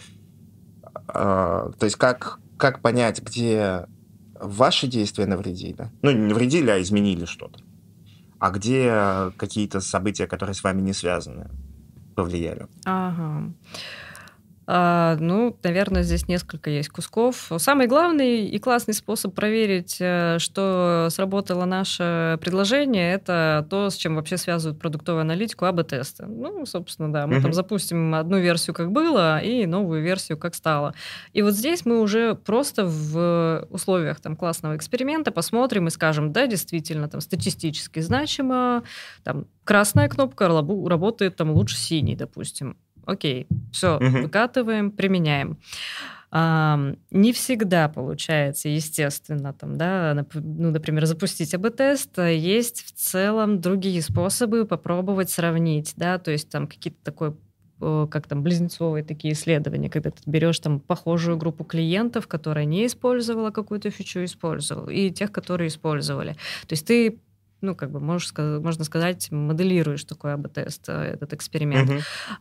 То есть как понять, где ваши действия навредили? Не навредили, а изменили что-то. а где какие-то события, которые с вами не связаны, повлияли? Ага. Ну, наверное, здесь несколько есть кусков. Самый главный и классный способ проверить, что сработало наше предложение, это то, с чем вообще связывают продуктовую аналитику, АБ-тесты. Ну, собственно, да, мы там запустим одну версию, как было, и новую версию, как стало. И вот здесь мы уже просто в условиях там классного эксперимента посмотрим и скажем, да, действительно, там статистически значимо, там красная кнопка работает там лучше синей, допустим. Окей, все, выкатываем, применяем. Не всегда получается, естественно, там, да, например, запустить АБ-тест. Есть в целом другие способы попробовать сравнить, да, то есть там какие-то такое, как там близнецовые такие исследования, когда ты берешь там похожую группу клиентов, которая не использовала какую-то фичу, использовала, и тех, которые использовали. То есть ты можно сказать, моделируешь такой АБ-тест, этот эксперимент.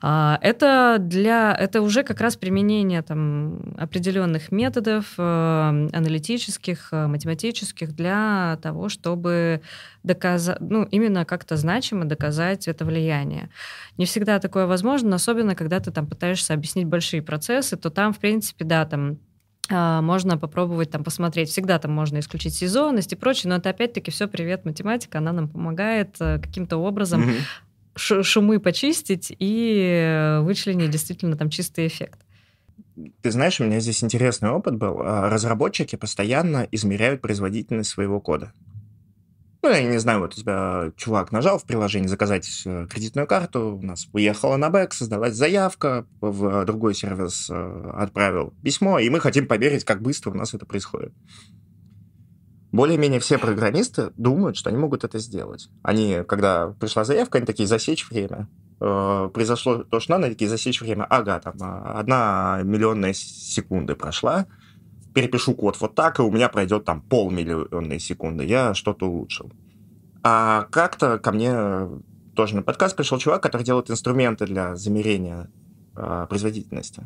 Это уже как раз применение там, определенных методов аналитических, математических для того, чтобы доказать, именно как-то значимо доказать это влияние. Не всегда такое возможно, особенно когда ты там пытаешься объяснить большие процессы, то там, в принципе, да, там можно попробовать там посмотреть. Всегда там можно исключить сезонность и прочее, но это опять-таки все привет математика, она нам помогает каким-то образом шумы почистить и вычленить действительно там чистый эффект. Ты знаешь, у меня здесь интересный опыт был. Разработчики постоянно измеряют производительность своего кода. Я не знаю, вот у тебя чувак нажал в приложении заказать кредитную карту, у нас уехала на бэк, создалась заявка, в другой сервис отправил письмо, и мы хотим померить, как быстро у нас это происходит. Более-менее все программисты думают, что они могут это сделать. Они, когда пришла заявка, они такие, засечь время. Произошло то, что надо, такие, засечь время. Ага, там 1 миллионная секунды прошла, перепишу код вот так, и у меня пройдет там 500 000 секунды. Я что-то улучшил. А как-то ко мне тоже на подкаст пришел чувак, который делает инструменты для замерения производительности.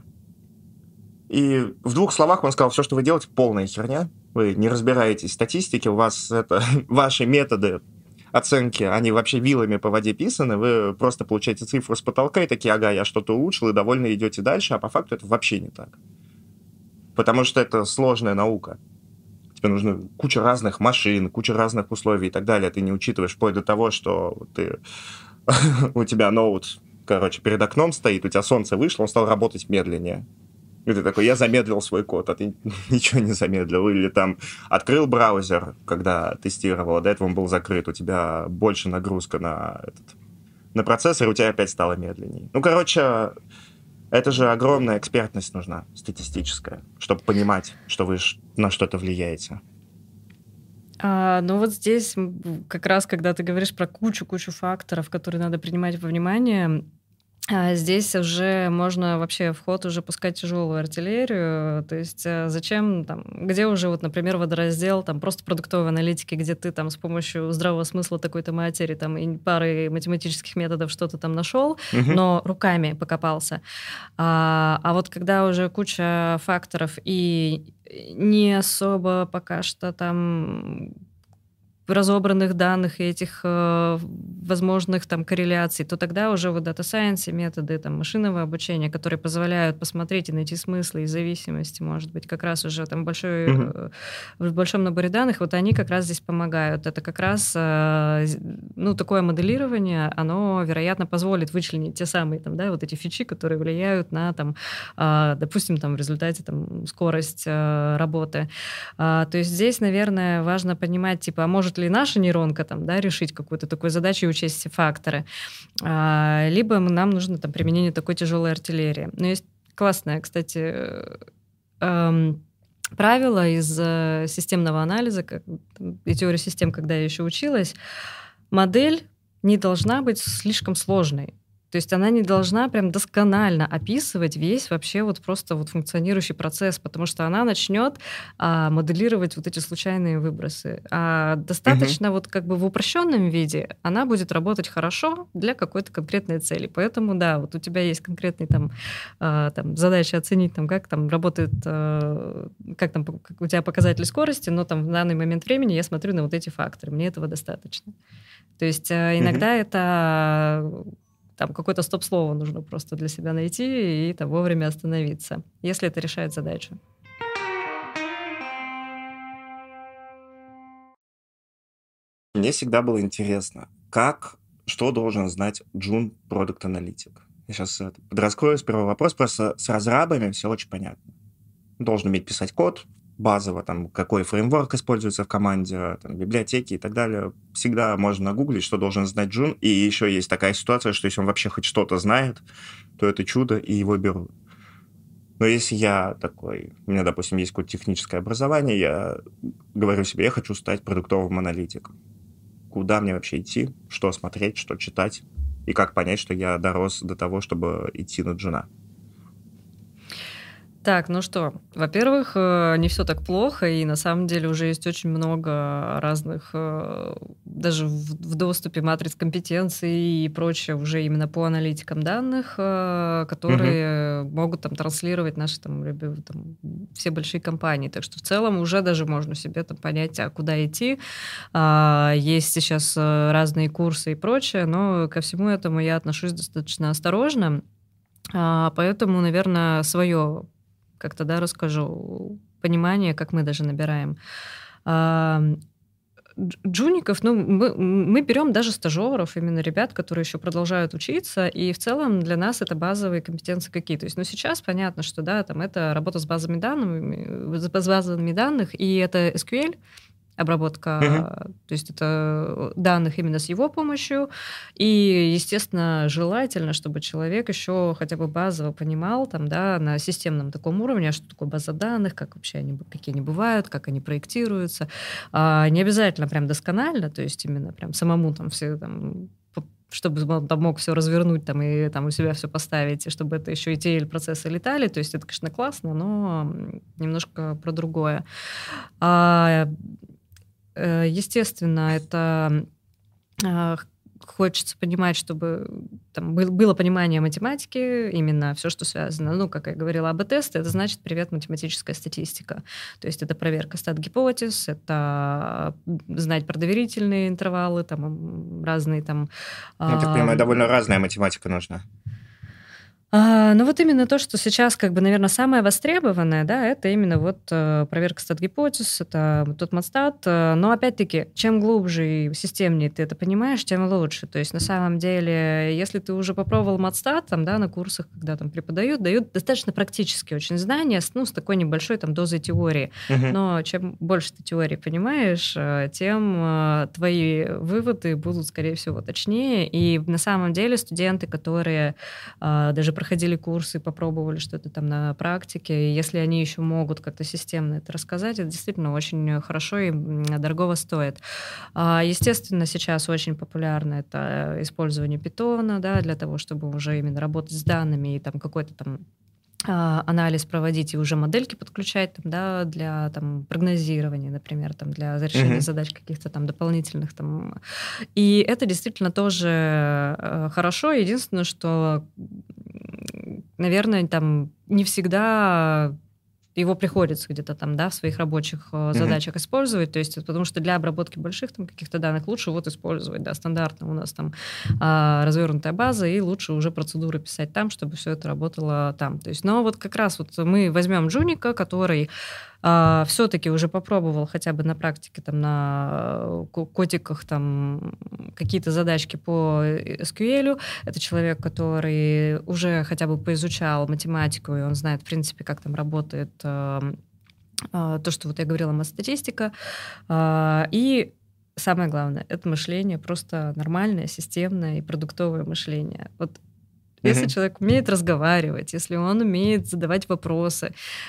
И в 2 словах он сказал, все, что вы делаете, полная херня. Вы не разбираетесь в статистике, у вас ваши методы оценки, они вообще вилами по воде писаны, вы просто получаете цифру с потолка и такие, ага, я что-то улучшил, и довольно идете дальше, а по факту это вообще не так. Потому что это сложная наука. Тебе нужна куча разных машин, куча разных условий и так далее. Ты не учитываешь вплоть до того, что у тебя ноут, перед окном стоит, у тебя солнце вышло, он стал работать медленнее. И ты такой, я замедлил свой код, а ты ничего не замедлил. Или там открыл браузер, когда тестировал, до этого он был закрыт, у тебя больше нагрузка на процессор, и у тебя опять стало медленнее. Это же огромная экспертность нужна, статистическая, чтобы понимать, что вы на что-то влияете. Вот здесь как раз, когда ты говоришь про кучу факторов, которые надо принимать во внимание, здесь уже можно вообще в ход уже пускать тяжелую артиллерию. То есть зачем там, где уже, вот, например, водораздел там просто продуктовой аналитики, где ты там с помощью здравого смысла такой-то материи там и пары математических методов что-то там нашел, но руками покопался. А вот когда уже куча факторов и не особо пока что там разобранных данных и этих возможных там корреляций, то тогда уже в Data Science методы там, машинного обучения, которые позволяют посмотреть и найти смыслы и зависимости, может быть, как раз уже там в большом наборе данных, вот они как раз здесь помогают. Это как раз такое моделирование, оно, вероятно, позволит вычленить те самые там, да, вот эти фичи, которые влияют на, там, допустим, там, в результате там, скорость работы. То есть здесь, наверное, важно понимать, типа, а может ли наша нейронка там, да, решить какую-то такую задачу и учесть все факторы, либо нам нужно там, применение такой тяжелой артиллерии. Но есть классное, кстати, правило из системного анализа и теории систем, когда я еще училась. Модель не должна быть слишком сложной. То есть она не должна прям досконально описывать весь вообще вот просто вот функционирующий процесс, потому что она начнет моделировать вот эти случайные выбросы. А Мгм. достаточно вот как бы в упрощенном виде она будет работать хорошо для какой-то конкретной цели. Поэтому, да, вот у тебя есть конкретный там задача оценить, там, как там работает, как там как у тебя показатель скорости, но там в данный момент времени я смотрю на вот эти факторы, мне этого достаточно. То есть Мгм. иногда это там какое-то стоп-слово нужно просто для себя найти и там вовремя остановиться, если это решает задачу. Мне всегда было интересно, что должен знать продукт-аналитик. Я сейчас подраскрою первый вопрос. Просто с разрабами все очень понятно. Должен уметь писать код, базово, там, какой фреймворк используется в команде, там, библиотеки и так далее. Всегда можно нагуглить, что должен знать джун. И еще есть такая ситуация, что если он вообще хоть что-то знает, то это чудо, и его берут. Но если я такой, у меня, допустим, есть какое-то техническое образование, я говорю себе, я хочу стать продуктовым аналитиком. Куда мне вообще идти, что смотреть, что читать, и как понять, что я дорос до того, чтобы идти на джуна. Так, ну что, во-первых, не все так плохо, и на самом деле уже есть очень много разных, даже в доступе матриц компетенций и прочее уже именно по аналитикам данных, Мгм. которые могут там транслировать наши там, все большие компании. Так что в целом уже даже можно себе там понять, а куда идти. Есть сейчас разные курсы и прочее, но ко всему этому я отношусь достаточно осторожно. Поэтому, наверное, свое как-то, да, расскажу понимание, как мы даже набираем. Ам, Джуников, ну, мы берем даже стажеров, именно ребят, которые еще продолжают учиться, и в целом для нас это базовые компетенции какие. То есть, ну, сейчас понятно, что, да, там это работа с базами данных, и это SQL, Мгм. обработка, то есть это данных именно с его помощью. И, естественно, желательно, чтобы человек еще хотя бы базово понимал там, да, на системном таком уровне, а что такое база данных, как вообще какие они бывают, как они проектируются. Не обязательно прям досконально, то есть именно прям самому там все там чтобы он там мог все развернуть там, и там у себя все поставить, и чтобы это еще и процессы летали. То есть это, конечно, классно, но немножко про другое. А, Естественно, это а, хочется понимать, чтобы там было понимание математики, именно все, что связано. Ну, как я говорила, АБ-тесты — это значит «Привет, математическая статистика». То есть это проверка стат-гипотез, это знать про доверительные интервалы, там разные там Я так понимаю, довольно разная математика нужна. ну вот именно то, что сейчас, как бы, наверное, самое востребованное, да, это именно вот проверка стат-гипотез, это вот тот матстат. Но опять-таки, чем глубже и системнее ты это понимаешь, тем лучше. То есть на самом деле, если ты уже попробовал матстат, там, да, на курсах, когда там преподают, дают достаточно практические очень знания, ну, с такой небольшой там дозой теории. Мгм. Но чем больше ты теории понимаешь, тем твои выводы будут, скорее всего, точнее. И на самом деле студенты, которые даже проходили курсы, попробовали что-то там на практике. И если они еще могут как-то системно это рассказать, это действительно очень хорошо и дорого стоит. Естественно, сейчас очень популярно это использование питона, да, для того, чтобы уже именно работать с данными и там какой-то там анализ проводить и уже модельки подключать там, да, для там, прогнозирования, например, там, для решения Мгм. задач каких-то там дополнительных. Там. И это действительно тоже хорошо. Единственное, что, наверное, там не всегда его приходится где-то там, да, в своих рабочих Мгм. задачах использовать, то есть потому что для обработки больших там каких-то данных лучше вот использовать, да, стандартно у нас там развернутая база, и лучше уже процедуры писать там, чтобы все это работало там. То есть, но вот как раз вот мы возьмем джуника, который все-таки уже попробовал хотя бы на практике там на котиках там какие-то задачки по SQL. Это человек, который уже хотя бы поизучал математику, и он знает, в принципе, как там работает то, что вот я говорила, статистика. И самое главное — это мышление, просто нормальное, системное и продуктовое мышление. Вот если Мгм. человек умеет разговаривать, если он умеет задавать вопросы,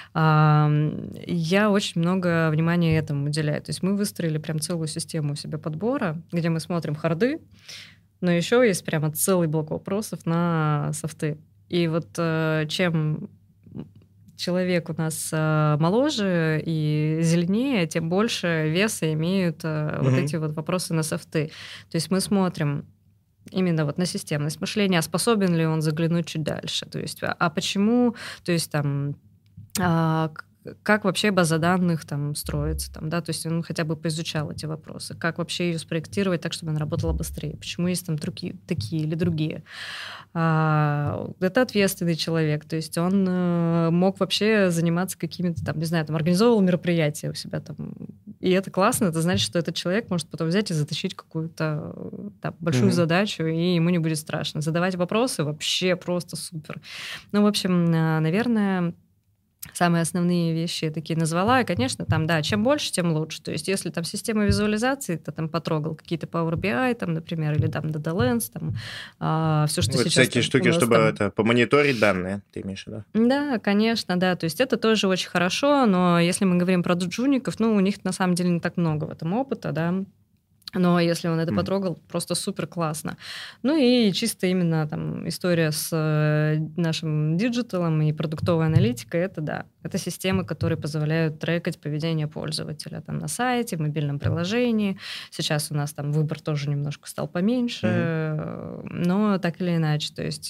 я очень много внимания этому уделяю. То есть мы выстроили прям целую систему у себя подбора, где мы смотрим харды, но еще есть прямо целый блок вопросов на софты. И вот чем человек у нас моложе и зеленее, тем больше веса имеют вот эти вот вопросы на софты. То есть мы смотрим именно вот на системность мышления, а способен ли он заглянуть чуть дальше. То есть, а почему, то есть там, как вообще база данных там строится, там, да, то есть он хотя бы поизучал эти вопросы, как вообще ее спроектировать так, чтобы она работала быстрее, почему есть там такие или другие. Это ответственный человек, то есть он мог вообще заниматься какими-то там, не знаю, там, организовывал мероприятия у себя там, и это классно, это значит, что этот человек может потом взять и затащить какую-то там, большую задачу, и ему не будет страшно. Задавать вопросы вообще просто супер. Ну, в общем, наверное, самые основные вещи я такие назвала. И, конечно, там, да, чем больше, тем лучше. То есть, если там система визуализации, ты там потрогал какие-то Power BI, там, например, или там Data Lens, там, все, что Вот сейчас... всякие там, штуки, чтобы там... это помониторить данные, ты имеешь в виду? Да, конечно, да. То есть это тоже очень хорошо, но если мы говорим про джуников, ну, у них на самом деле не так много в этом опыта, да. Но если он это потрогал, просто супер классно. Ну и чисто именно там история с нашим диджиталом и продуктовой аналитикой, это да. Это системы, которые позволяют трекать поведение пользователя там на сайте, в мобильном приложении. Сейчас у нас там выбор тоже немножко стал поменьше, но так или иначе, то есть...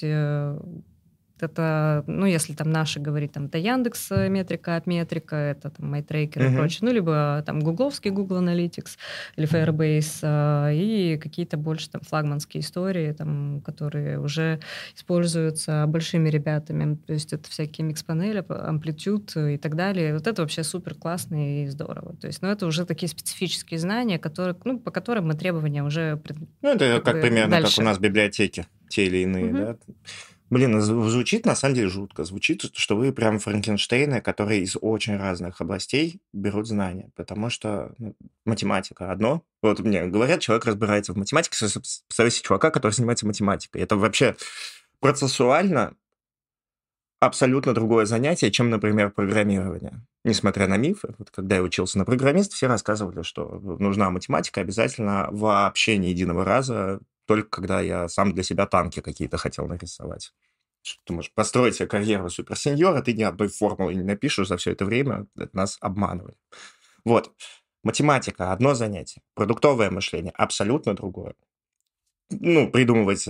Это, ну, если там наши говорить, там, это Яндекс метрика, Апметрика, это там MyTracker и прочее, ну, либо там гугловский Google Analytics или Firebase, и какие-то больше там флагманские истории, там, которые уже используются большими ребятами, то есть это всякие микс-панели, Amplitude и так далее. Вот это вообще супер классно и здорово. То есть, ну, это уже такие специфические знания, которые, ну, по которым мы требования уже... Ну, это как примерно дальше. Как у нас библиотеки, те или иные, да? Блин, звучит на самом деле жутко. Звучит, что вы прям Франкенштейны, которые из очень разных областей берут знания. Потому что математика одно. Вот мне говорят, человек разбирается в математике. Представляете чувака, который занимается математикой. Это вообще процессуально абсолютно другое занятие, чем, например, программирование. Несмотря на мифы, вот когда я учился на программиста, все рассказывали, что нужна математика обязательно вообще ни единого раза, только когда я сам для себя танки какие-то хотел нарисовать. Что ты можешь построить себе карьеру суперсеньора, ты ни одной формулы не напишешь за все это время, нас обманывали. Вот. Математика – одно занятие, продуктовое мышление – абсолютно другое. Ну, придумывать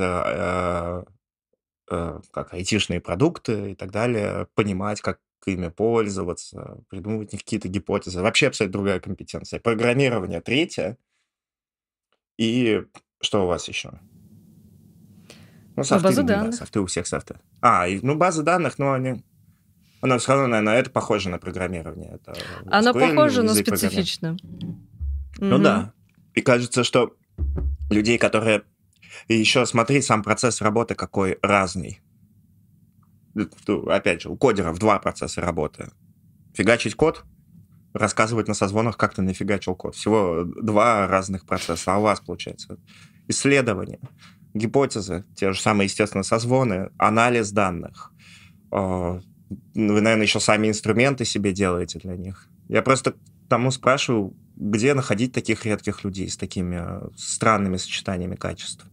как айтишные продукты и так далее, понимать, как ими пользоваться, придумывать какие-то гипотезы. Вообще абсолютно другая компетенция. Программирование третье. И что у вас еще? Ну, софты, базы данных. Да, софты у всех софты. Базы данных, но она все равно, наверное, это похоже на программирование. Это оно похоже, но специфично. Ну да. И кажется, что людей, которые... И еще смотри, сам процесс работы какой разный. Опять же, у кодеров два процесса работы. Фигачить код, рассказывать на созвонах, как ты нафигачил код. Всего два разных процесса. А у вас, получается, исследования, гипотезы, те же самые, естественно, созвоны, анализ данных. Вы, наверное, еще сами инструменты себе делаете для них. Я просто тому спрашиваю, где находить таких редких людей с такими странными сочетаниями качеств?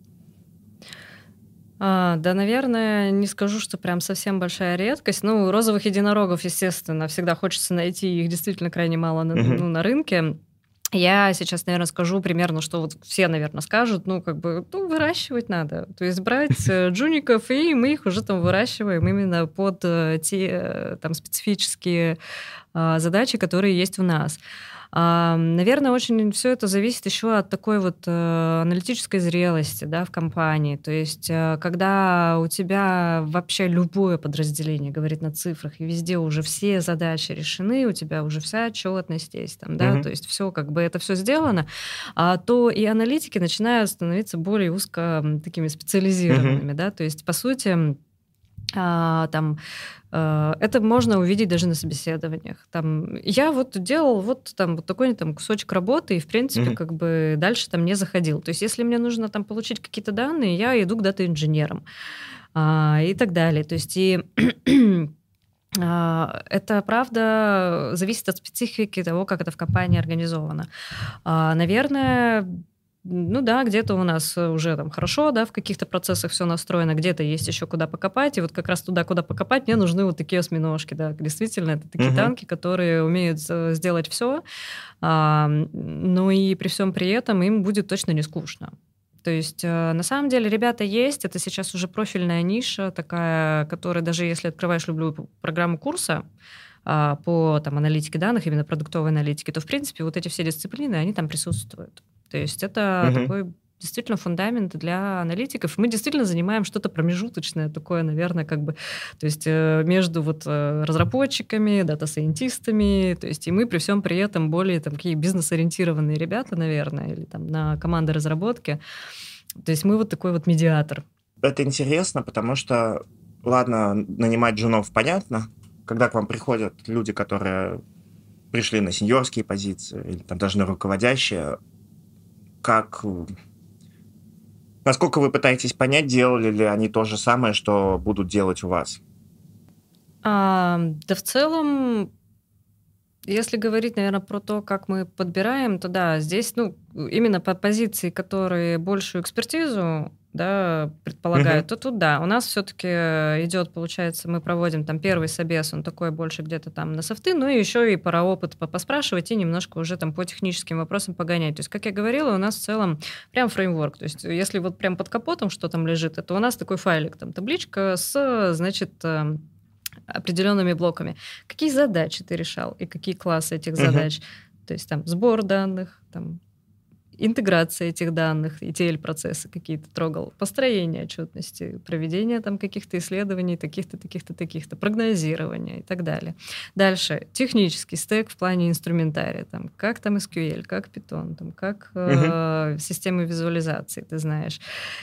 Да, наверное, не скажу, что прям совсем большая редкость. Ну, розовых единорогов, естественно, всегда хочется найти, их действительно крайне мало на рынке. Я сейчас, наверное, скажу примерно, что вот все, наверное, скажут, выращивать надо. То есть брать джуников, и мы их уже там выращиваем именно под те там специфические задачи, которые есть у нас. Наверное, очень все это зависит еще от такой вот аналитической зрелости, да, в компании. То есть, когда у тебя вообще любое подразделение говорит на цифрах, и везде уже все задачи решены, у тебя уже вся отчетность есть, там, да, то есть все как бы это все сделано, то и аналитики начинают становиться более узко такими специализированными, да, то есть, по сути, это можно увидеть даже на собеседованиях. Там, я вот делал вот такой там кусочек работы, и, в принципе, как бы дальше там не заходил. То есть если мне нужно там получить какие-то данные, я иду к дата-инженерам и так далее. То есть это, правда, зависит от специфики того, как это в компании организовано. Наверное, ну да, где-то у нас уже там хорошо, да, в каких-то процессах все настроено, где-то есть еще куда покопать, и вот как раз туда, куда покопать, мне нужны вот такие осьминожки, да, действительно, это такие Мгм. танки, которые умеют сделать все, ну и при всем при этом им будет точно не скучно. То есть, на самом деле, ребята есть, это сейчас уже профильная ниша такая, которая даже если открываешь любую программу курса, по там, аналитике данных, именно продуктовой аналитике, то, в принципе, вот эти все дисциплины, они там присутствуют. То есть это Мгм. такой действительно фундамент для аналитиков. Мы действительно занимаем что-то промежуточное такое, наверное, как бы, то есть между вот разработчиками, дата-сайентистами, то есть и мы при всем при этом более там какие бизнес-ориентированные ребята, наверное, или там на команды разработки. То есть мы вот такой вот медиатор. Это интересно, потому что, ладно, нанимать джунов понятно, когда к вам приходят люди, которые пришли на сеньорские позиции или там даже на руководящие, как, насколько вы пытаетесь понять, делали ли они то же самое, что будут делать у вас? Да в целом, если говорить, наверное, про то, как мы подбираем, то да, здесь, ну, именно по позиции, которые большую экспертизу, да, Мгм. предполагают, то тут да, у нас все-таки идет, получается, мы проводим там первый собес, он такой больше где-то там на софты, ну и еще и пора опыт поспрашивать и немножко уже там по техническим вопросам погонять. То есть, как я говорила, у нас в целом прям фреймворк. То есть, если вот прям под капотом что там лежит, это у нас такой файлик, там табличка с, значит, определенными блоками. Какие задачи ты решал и какие классы этих Мгм. задач? То есть там сбор данных, там интеграция этих данных, ETL-процессы какие-то трогал, построение отчетности, проведение там каких-то исследований, таких-то, таких-то, таких-то, прогнозирование и так далее. Дальше технический стек в плане инструментария, там, как там SQL, как Python, там, как Мгм. системы визуализации, ты знаешь.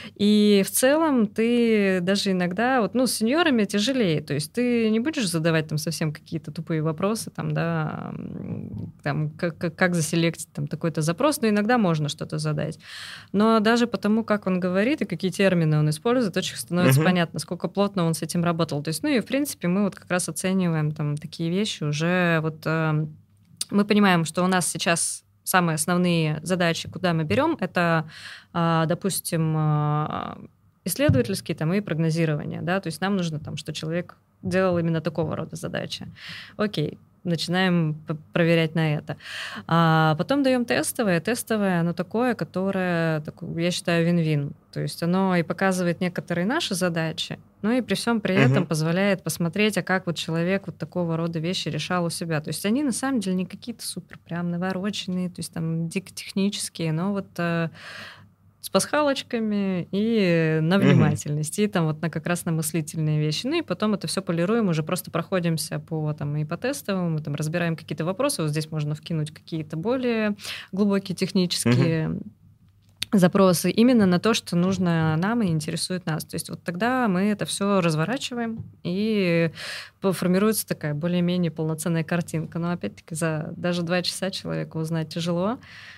И в целом ты даже иногда, вот, ну, с сеньорами тяжелее, то есть ты не будешь задавать там совсем какие-то тупые вопросы, там, да, там, как заселектить там такой-то запрос, но иногда можно что-то задать. Но даже потому, как он говорит и какие термины он использует, очень становится Мгм. понятно, насколько плотно он с этим работал. То есть, ну и, в принципе, мы вот как раз оцениваем там такие вещи уже, вот мы понимаем, что у нас сейчас самые основные задачи, куда мы берем, это, допустим, исследовательские там, и прогнозирование, да, то есть нам нужно там, что человек делал именно такого рода задачи. Окей, начинаем проверять на это. Потом даем тестовое. Тестовое, оно такое, которое, я считаю, вин-вин. То есть оно и показывает некоторые наши задачи, но и при всем при этом Мгм. позволяет посмотреть, а как вот человек вот такого рода вещи решал у себя. То есть они на самом деле не какие-то супер прям навороченные, то есть там дико технические, но вот с пасхалочками и на Мгм. внимательность, и там вот на как раз на мыслительные вещи. Ну и потом это все полируем, уже просто проходимся по там и по тестовым, мы там разбираем какие-то вопросы. Вот здесь можно вкинуть какие-то более глубокие Мгм. технические запросы именно на то, что нужно нам и интересует нас. То есть вот тогда мы это все разворачиваем, и формируется такая более-менее полноценная картинка. Но опять-таки за даже 2 часа человеку узнать тяжело,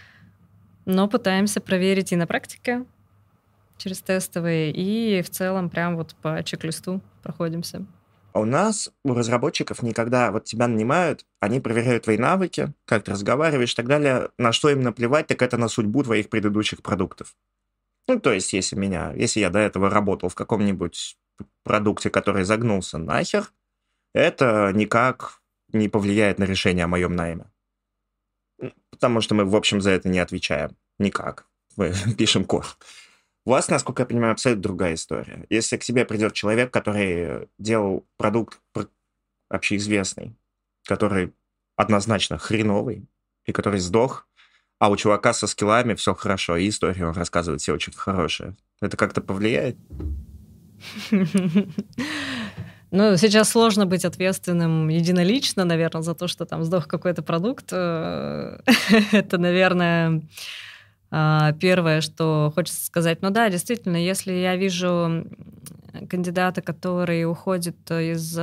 но пытаемся проверить и на практике через тестовые, и в целом прям вот по чек-листу проходимся. А у нас, у разработчиков, никогда вот тебя нанимают, они проверяют твои навыки, как ты разговариваешь и так далее. На что им наплевать, так это на судьбу твоих предыдущих продуктов. Ну, то есть, если я до этого работал в каком-нибудь продукте, который загнулся нахер, это никак не повлияет на решение о моем найме. Потому что мы, в общем, за это не отвечаем. Никак. Мы пишем код. У вас, насколько я понимаю, абсолютно другая история. Если к тебе придет человек, который делал продукт общеизвестный, который однозначно хреновый, и который сдох, а у чувака со скиллами все хорошо, и историю он рассказывает все очень хорошие. Это как-то повлияет? Ну, сейчас сложно быть ответственным единолично, наверное, за то, что там сдох какой-то продукт. Это, наверное, первое, что хочется сказать. Ну да, действительно, если я вижу кандидата, который уходит из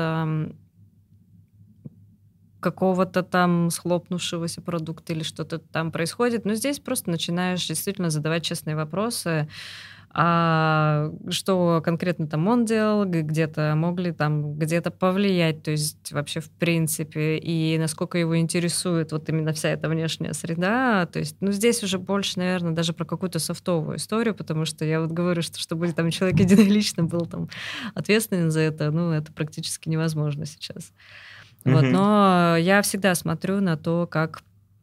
какого-то там схлопнувшегося продукта или что-то там происходит, но здесь просто начинаешь действительно задавать честные вопросы. а что конкретно там он делал, где-то могли там где-то повлиять, то есть вообще в принципе, и насколько его интересует вот именно вся эта внешняя среда, то есть, ну, здесь уже больше, наверное, даже про какую-то софтовую историю, потому что я вот говорю, что чтобы там человек единолично был там ответственен за это, ну, это практически невозможно сейчас. Вот, Мгм. но я всегда смотрю на то, как...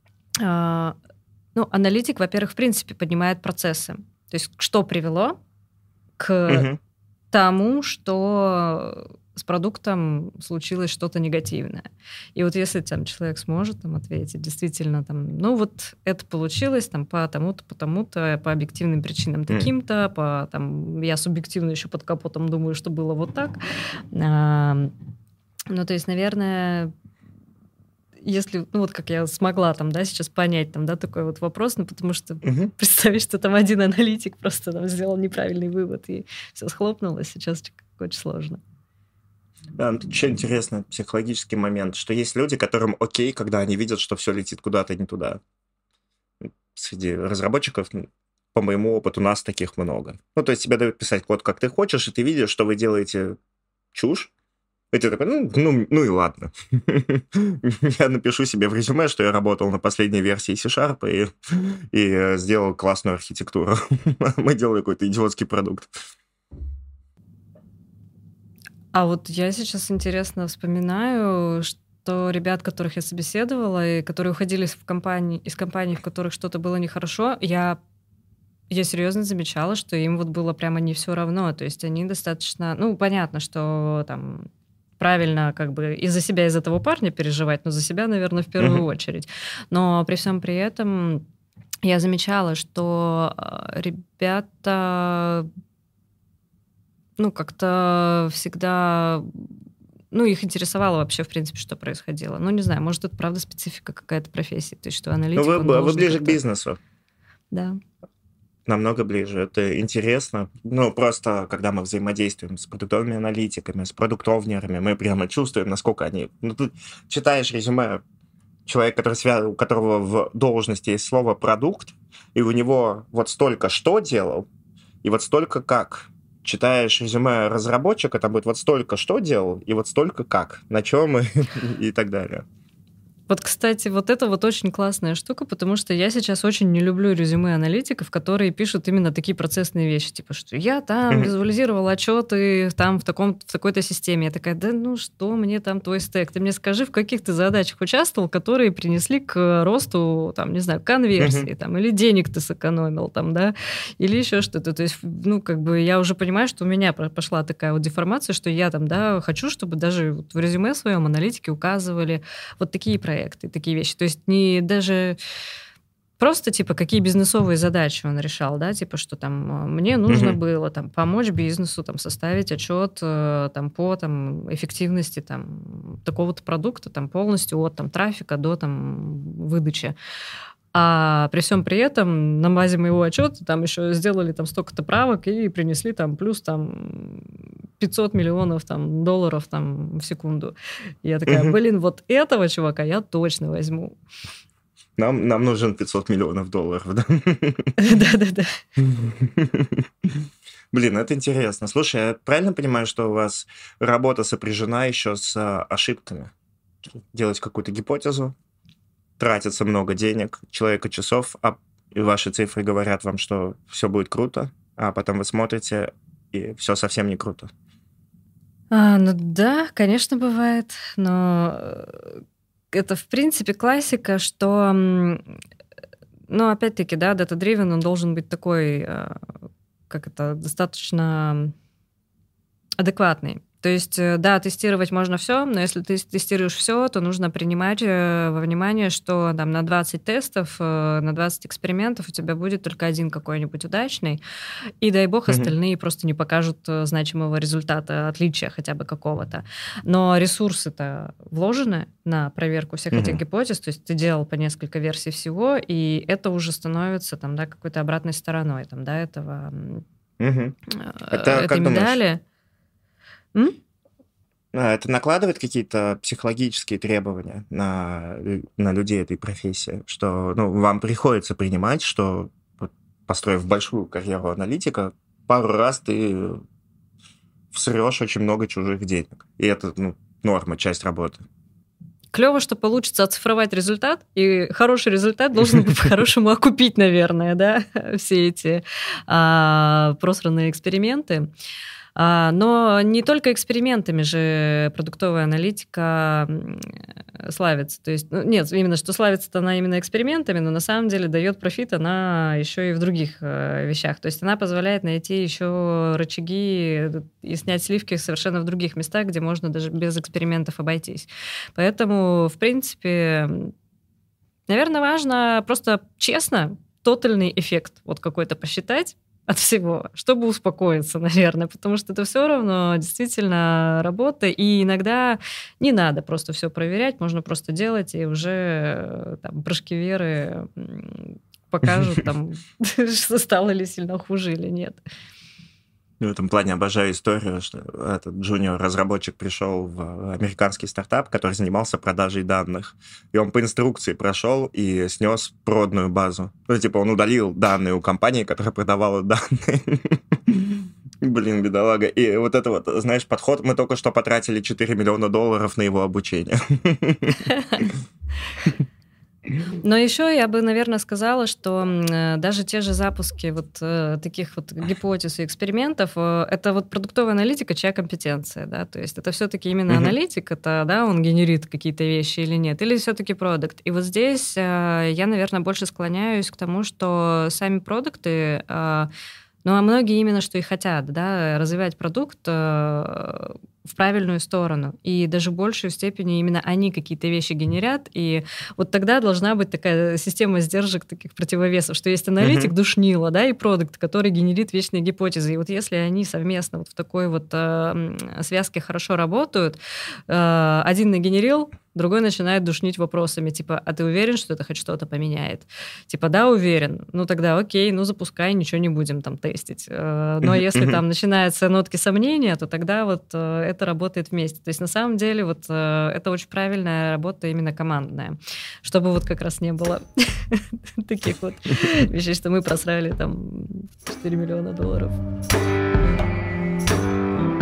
ну, аналитик, во-первых, в принципе, поднимает процессы. То есть что привело к Мгм. тому, что с продуктом случилось что-то негативное. И вот если там человек сможет там ответить, действительно, там, ну вот это получилось там по тому-то, потому-то, по объективным причинам М. таким-то, по там, я субъективно еще под капотом думаю, что было вот так. А, ну, то есть, наверное, если, ну вот как я смогла там, да, сейчас понять там, да, такой вот вопрос, ну потому что Мгм. представить, что там один аналитик просто там сделал неправильный вывод и все схлопнулось, сейчас очень сложно. Да, ну, тут еще интересный психологический момент, что есть люди, которым окей, когда они видят, что все летит куда-то не туда. Среди разработчиков, по моему опыту, нас таких много. Ну, то есть тебе дают писать код, как ты хочешь, и ты видишь, что вы делаете чушь, и ты такой, ну и ладно. Я напишу себе в резюме, что я работал на последней версии C-Sharp и сделал классную архитектуру. Мы делали какой-то идиотский продукт. А вот я сейчас интересно вспоминаю, что ребят, которых я собеседовала, и которые уходили из компаний, в которых что-то было нехорошо, я серьезно замечала, что им вот было прямо не все равно. То есть они достаточно... Ну, понятно, что там правильно как бы и за себя, и за того парня переживать, но за себя, наверное, в первую Мгм. очередь. Но при всем при этом я замечала, что ребята, ну, как-то всегда... Ну, их интересовало вообще, в принципе, что происходило. Ну, не знаю, может, это правда специфика какая-то профессии, то есть что Ну, аналитик, вы, он вы должен ближе к как-то... бизнесу. Да. Намного ближе. Это интересно. Ну, просто, когда мы взаимодействуем с продуктовыми аналитиками, с продуктовнерами, мы прямо чувствуем, насколько они... Ну, ты читаешь резюме человека, у которого в должности есть слово «продукт», и у него вот столько что делал, и вот столько как. Читаешь резюме разработчика, там будет вот столько что делал, и вот столько как, на чем и так далее. Вот, кстати, вот это вот очень классная штука, потому что я сейчас очень не люблю резюме аналитиков, которые пишут именно такие процессные вещи, типа, что я там Мгм. визуализировал отчеты там в такой-то системе. Я такая, да ну что мне там твой стек? Ты мне скажи, в каких ты задачах участвовал, которые принесли к росту, там, не знаю, Мгм. конверсии, там, или денег ты сэкономил, там, да, или еще что-то. То есть, ну, как бы я уже понимаю, что у меня пошла такая вот деформация, что я там, да, хочу, чтобы даже вот в резюме своем аналитики указывали вот такие проекты, такие вещи. То есть не даже просто, типа, какие бизнесовые задачи он решал, да, типа, что там мне нужно Мгм. было там помочь бизнесу там составить отчет там по там эффективности там такого-то продукта там полностью от там трафика до там выдачи. А при всем при этом на базе моего отчета там еще сделали там столько-то правок и принесли там плюс там 500 миллионов там долларов там в секунду. И я такая, Мгм. блин, вот этого чувака я точно возьму. Нам нужен 500 миллионов долларов, да? Да-да-да. Блин, это интересно. Слушай, я правильно понимаю, что у вас работа сопряжена еще с ошибками? Делать какую-то гипотезу, тратится много денег, человека часов, и ваши цифры говорят вам, что все будет круто, а потом вы смотрите, и все совсем не круто. Ну да, конечно, бывает, но это, в принципе, классика, что, ну, опять-таки, да, data-driven, он должен быть такой, как это, достаточно адекватный. То есть, да, тестировать можно все, но если ты тестируешь все, то нужно принимать во внимание, что там на 20 тестов, на 20 экспериментов у тебя будет только один какой-нибудь удачный, и дай бог Мгм. остальные просто не покажут значимого результата, отличия хотя бы какого-то. Но ресурсы-то вложены на проверку всех этих Мгм. гипотез, то есть ты делал по несколько версий всего, и это уже становится там, да, какой-то обратной стороной там, да, Мгм. Это, этой как думаешь, медали. М? это накладывает какие-то психологические требования на людей этой профессии, что, ну, вам приходится принимать, что, вот, построив большую карьеру аналитика, пару раз ты всрешь очень много чужих денег. И это, норма, часть работы. Клево, что получится оцифровать результат, и хороший результат должен быть по-хорошему окупить, наверное, да, все эти просранные эксперименты. Но не только экспериментами же продуктовая аналитика славится. То есть, нет, именно что славится она именно экспериментами, но на самом деле дает профит она еще и в других вещах. То есть она позволяет найти еще рычаги и снять сливки совершенно в других местах, где можно даже без экспериментов обойтись. Поэтому, в принципе, наверное, важно просто честно тотальный эффект вот какой-то посчитать от всего, чтобы успокоиться, наверное, потому что это все равно действительно работа, и иногда не надо просто все проверять, можно просто делать, и уже там прыжки веры покажут, там, что стало ли сильно хуже или нет. В этом плане обожаю историю, что этот джуниор-разработчик пришел в американский стартап, который занимался продажей данных. И он по инструкции прошел и снес продную базу. Он удалил данные у компании, которая продавала данные. Блин, бедолага. И вот это вот, знаешь, подход, мы только что потратили $4 миллиона на его обучение. Но еще я бы, наверное, сказала, что даже те же запуски вот таких вот гипотез и экспериментов, это вот продуктовая аналитика, чья компетенция, да, то есть это все-таки именно аналитик, это, да, он генерит какие-то вещи или нет, или все-таки продукт. И вот здесь я, наверное, больше склоняюсь к тому, что сами продукты, а многие именно что и хотят, да, развивать продукт в правильную сторону. И даже в большей степени именно они какие-то вещи генерят. И вот тогда должна быть такая система сдержек, таких противовесов, что есть аналитик душнила, да, и продукт, который генерит вечные гипотезы. И вот если они совместно вот в такой вот связке хорошо работают, один нагенерил, другой начинает душнить вопросами, типа, а ты уверен, что это хоть что-то поменяет? Типа, да, уверен. Ну, тогда окей, запускай, ничего не будем там тестить. Но если там начинаются нотки сомнения, то тогда вот это работает вместе. То есть, на самом деле, вот это очень правильная работа именно командная, чтобы вот как раз не было таких вот вещей, что мы просрали там $4 миллиона.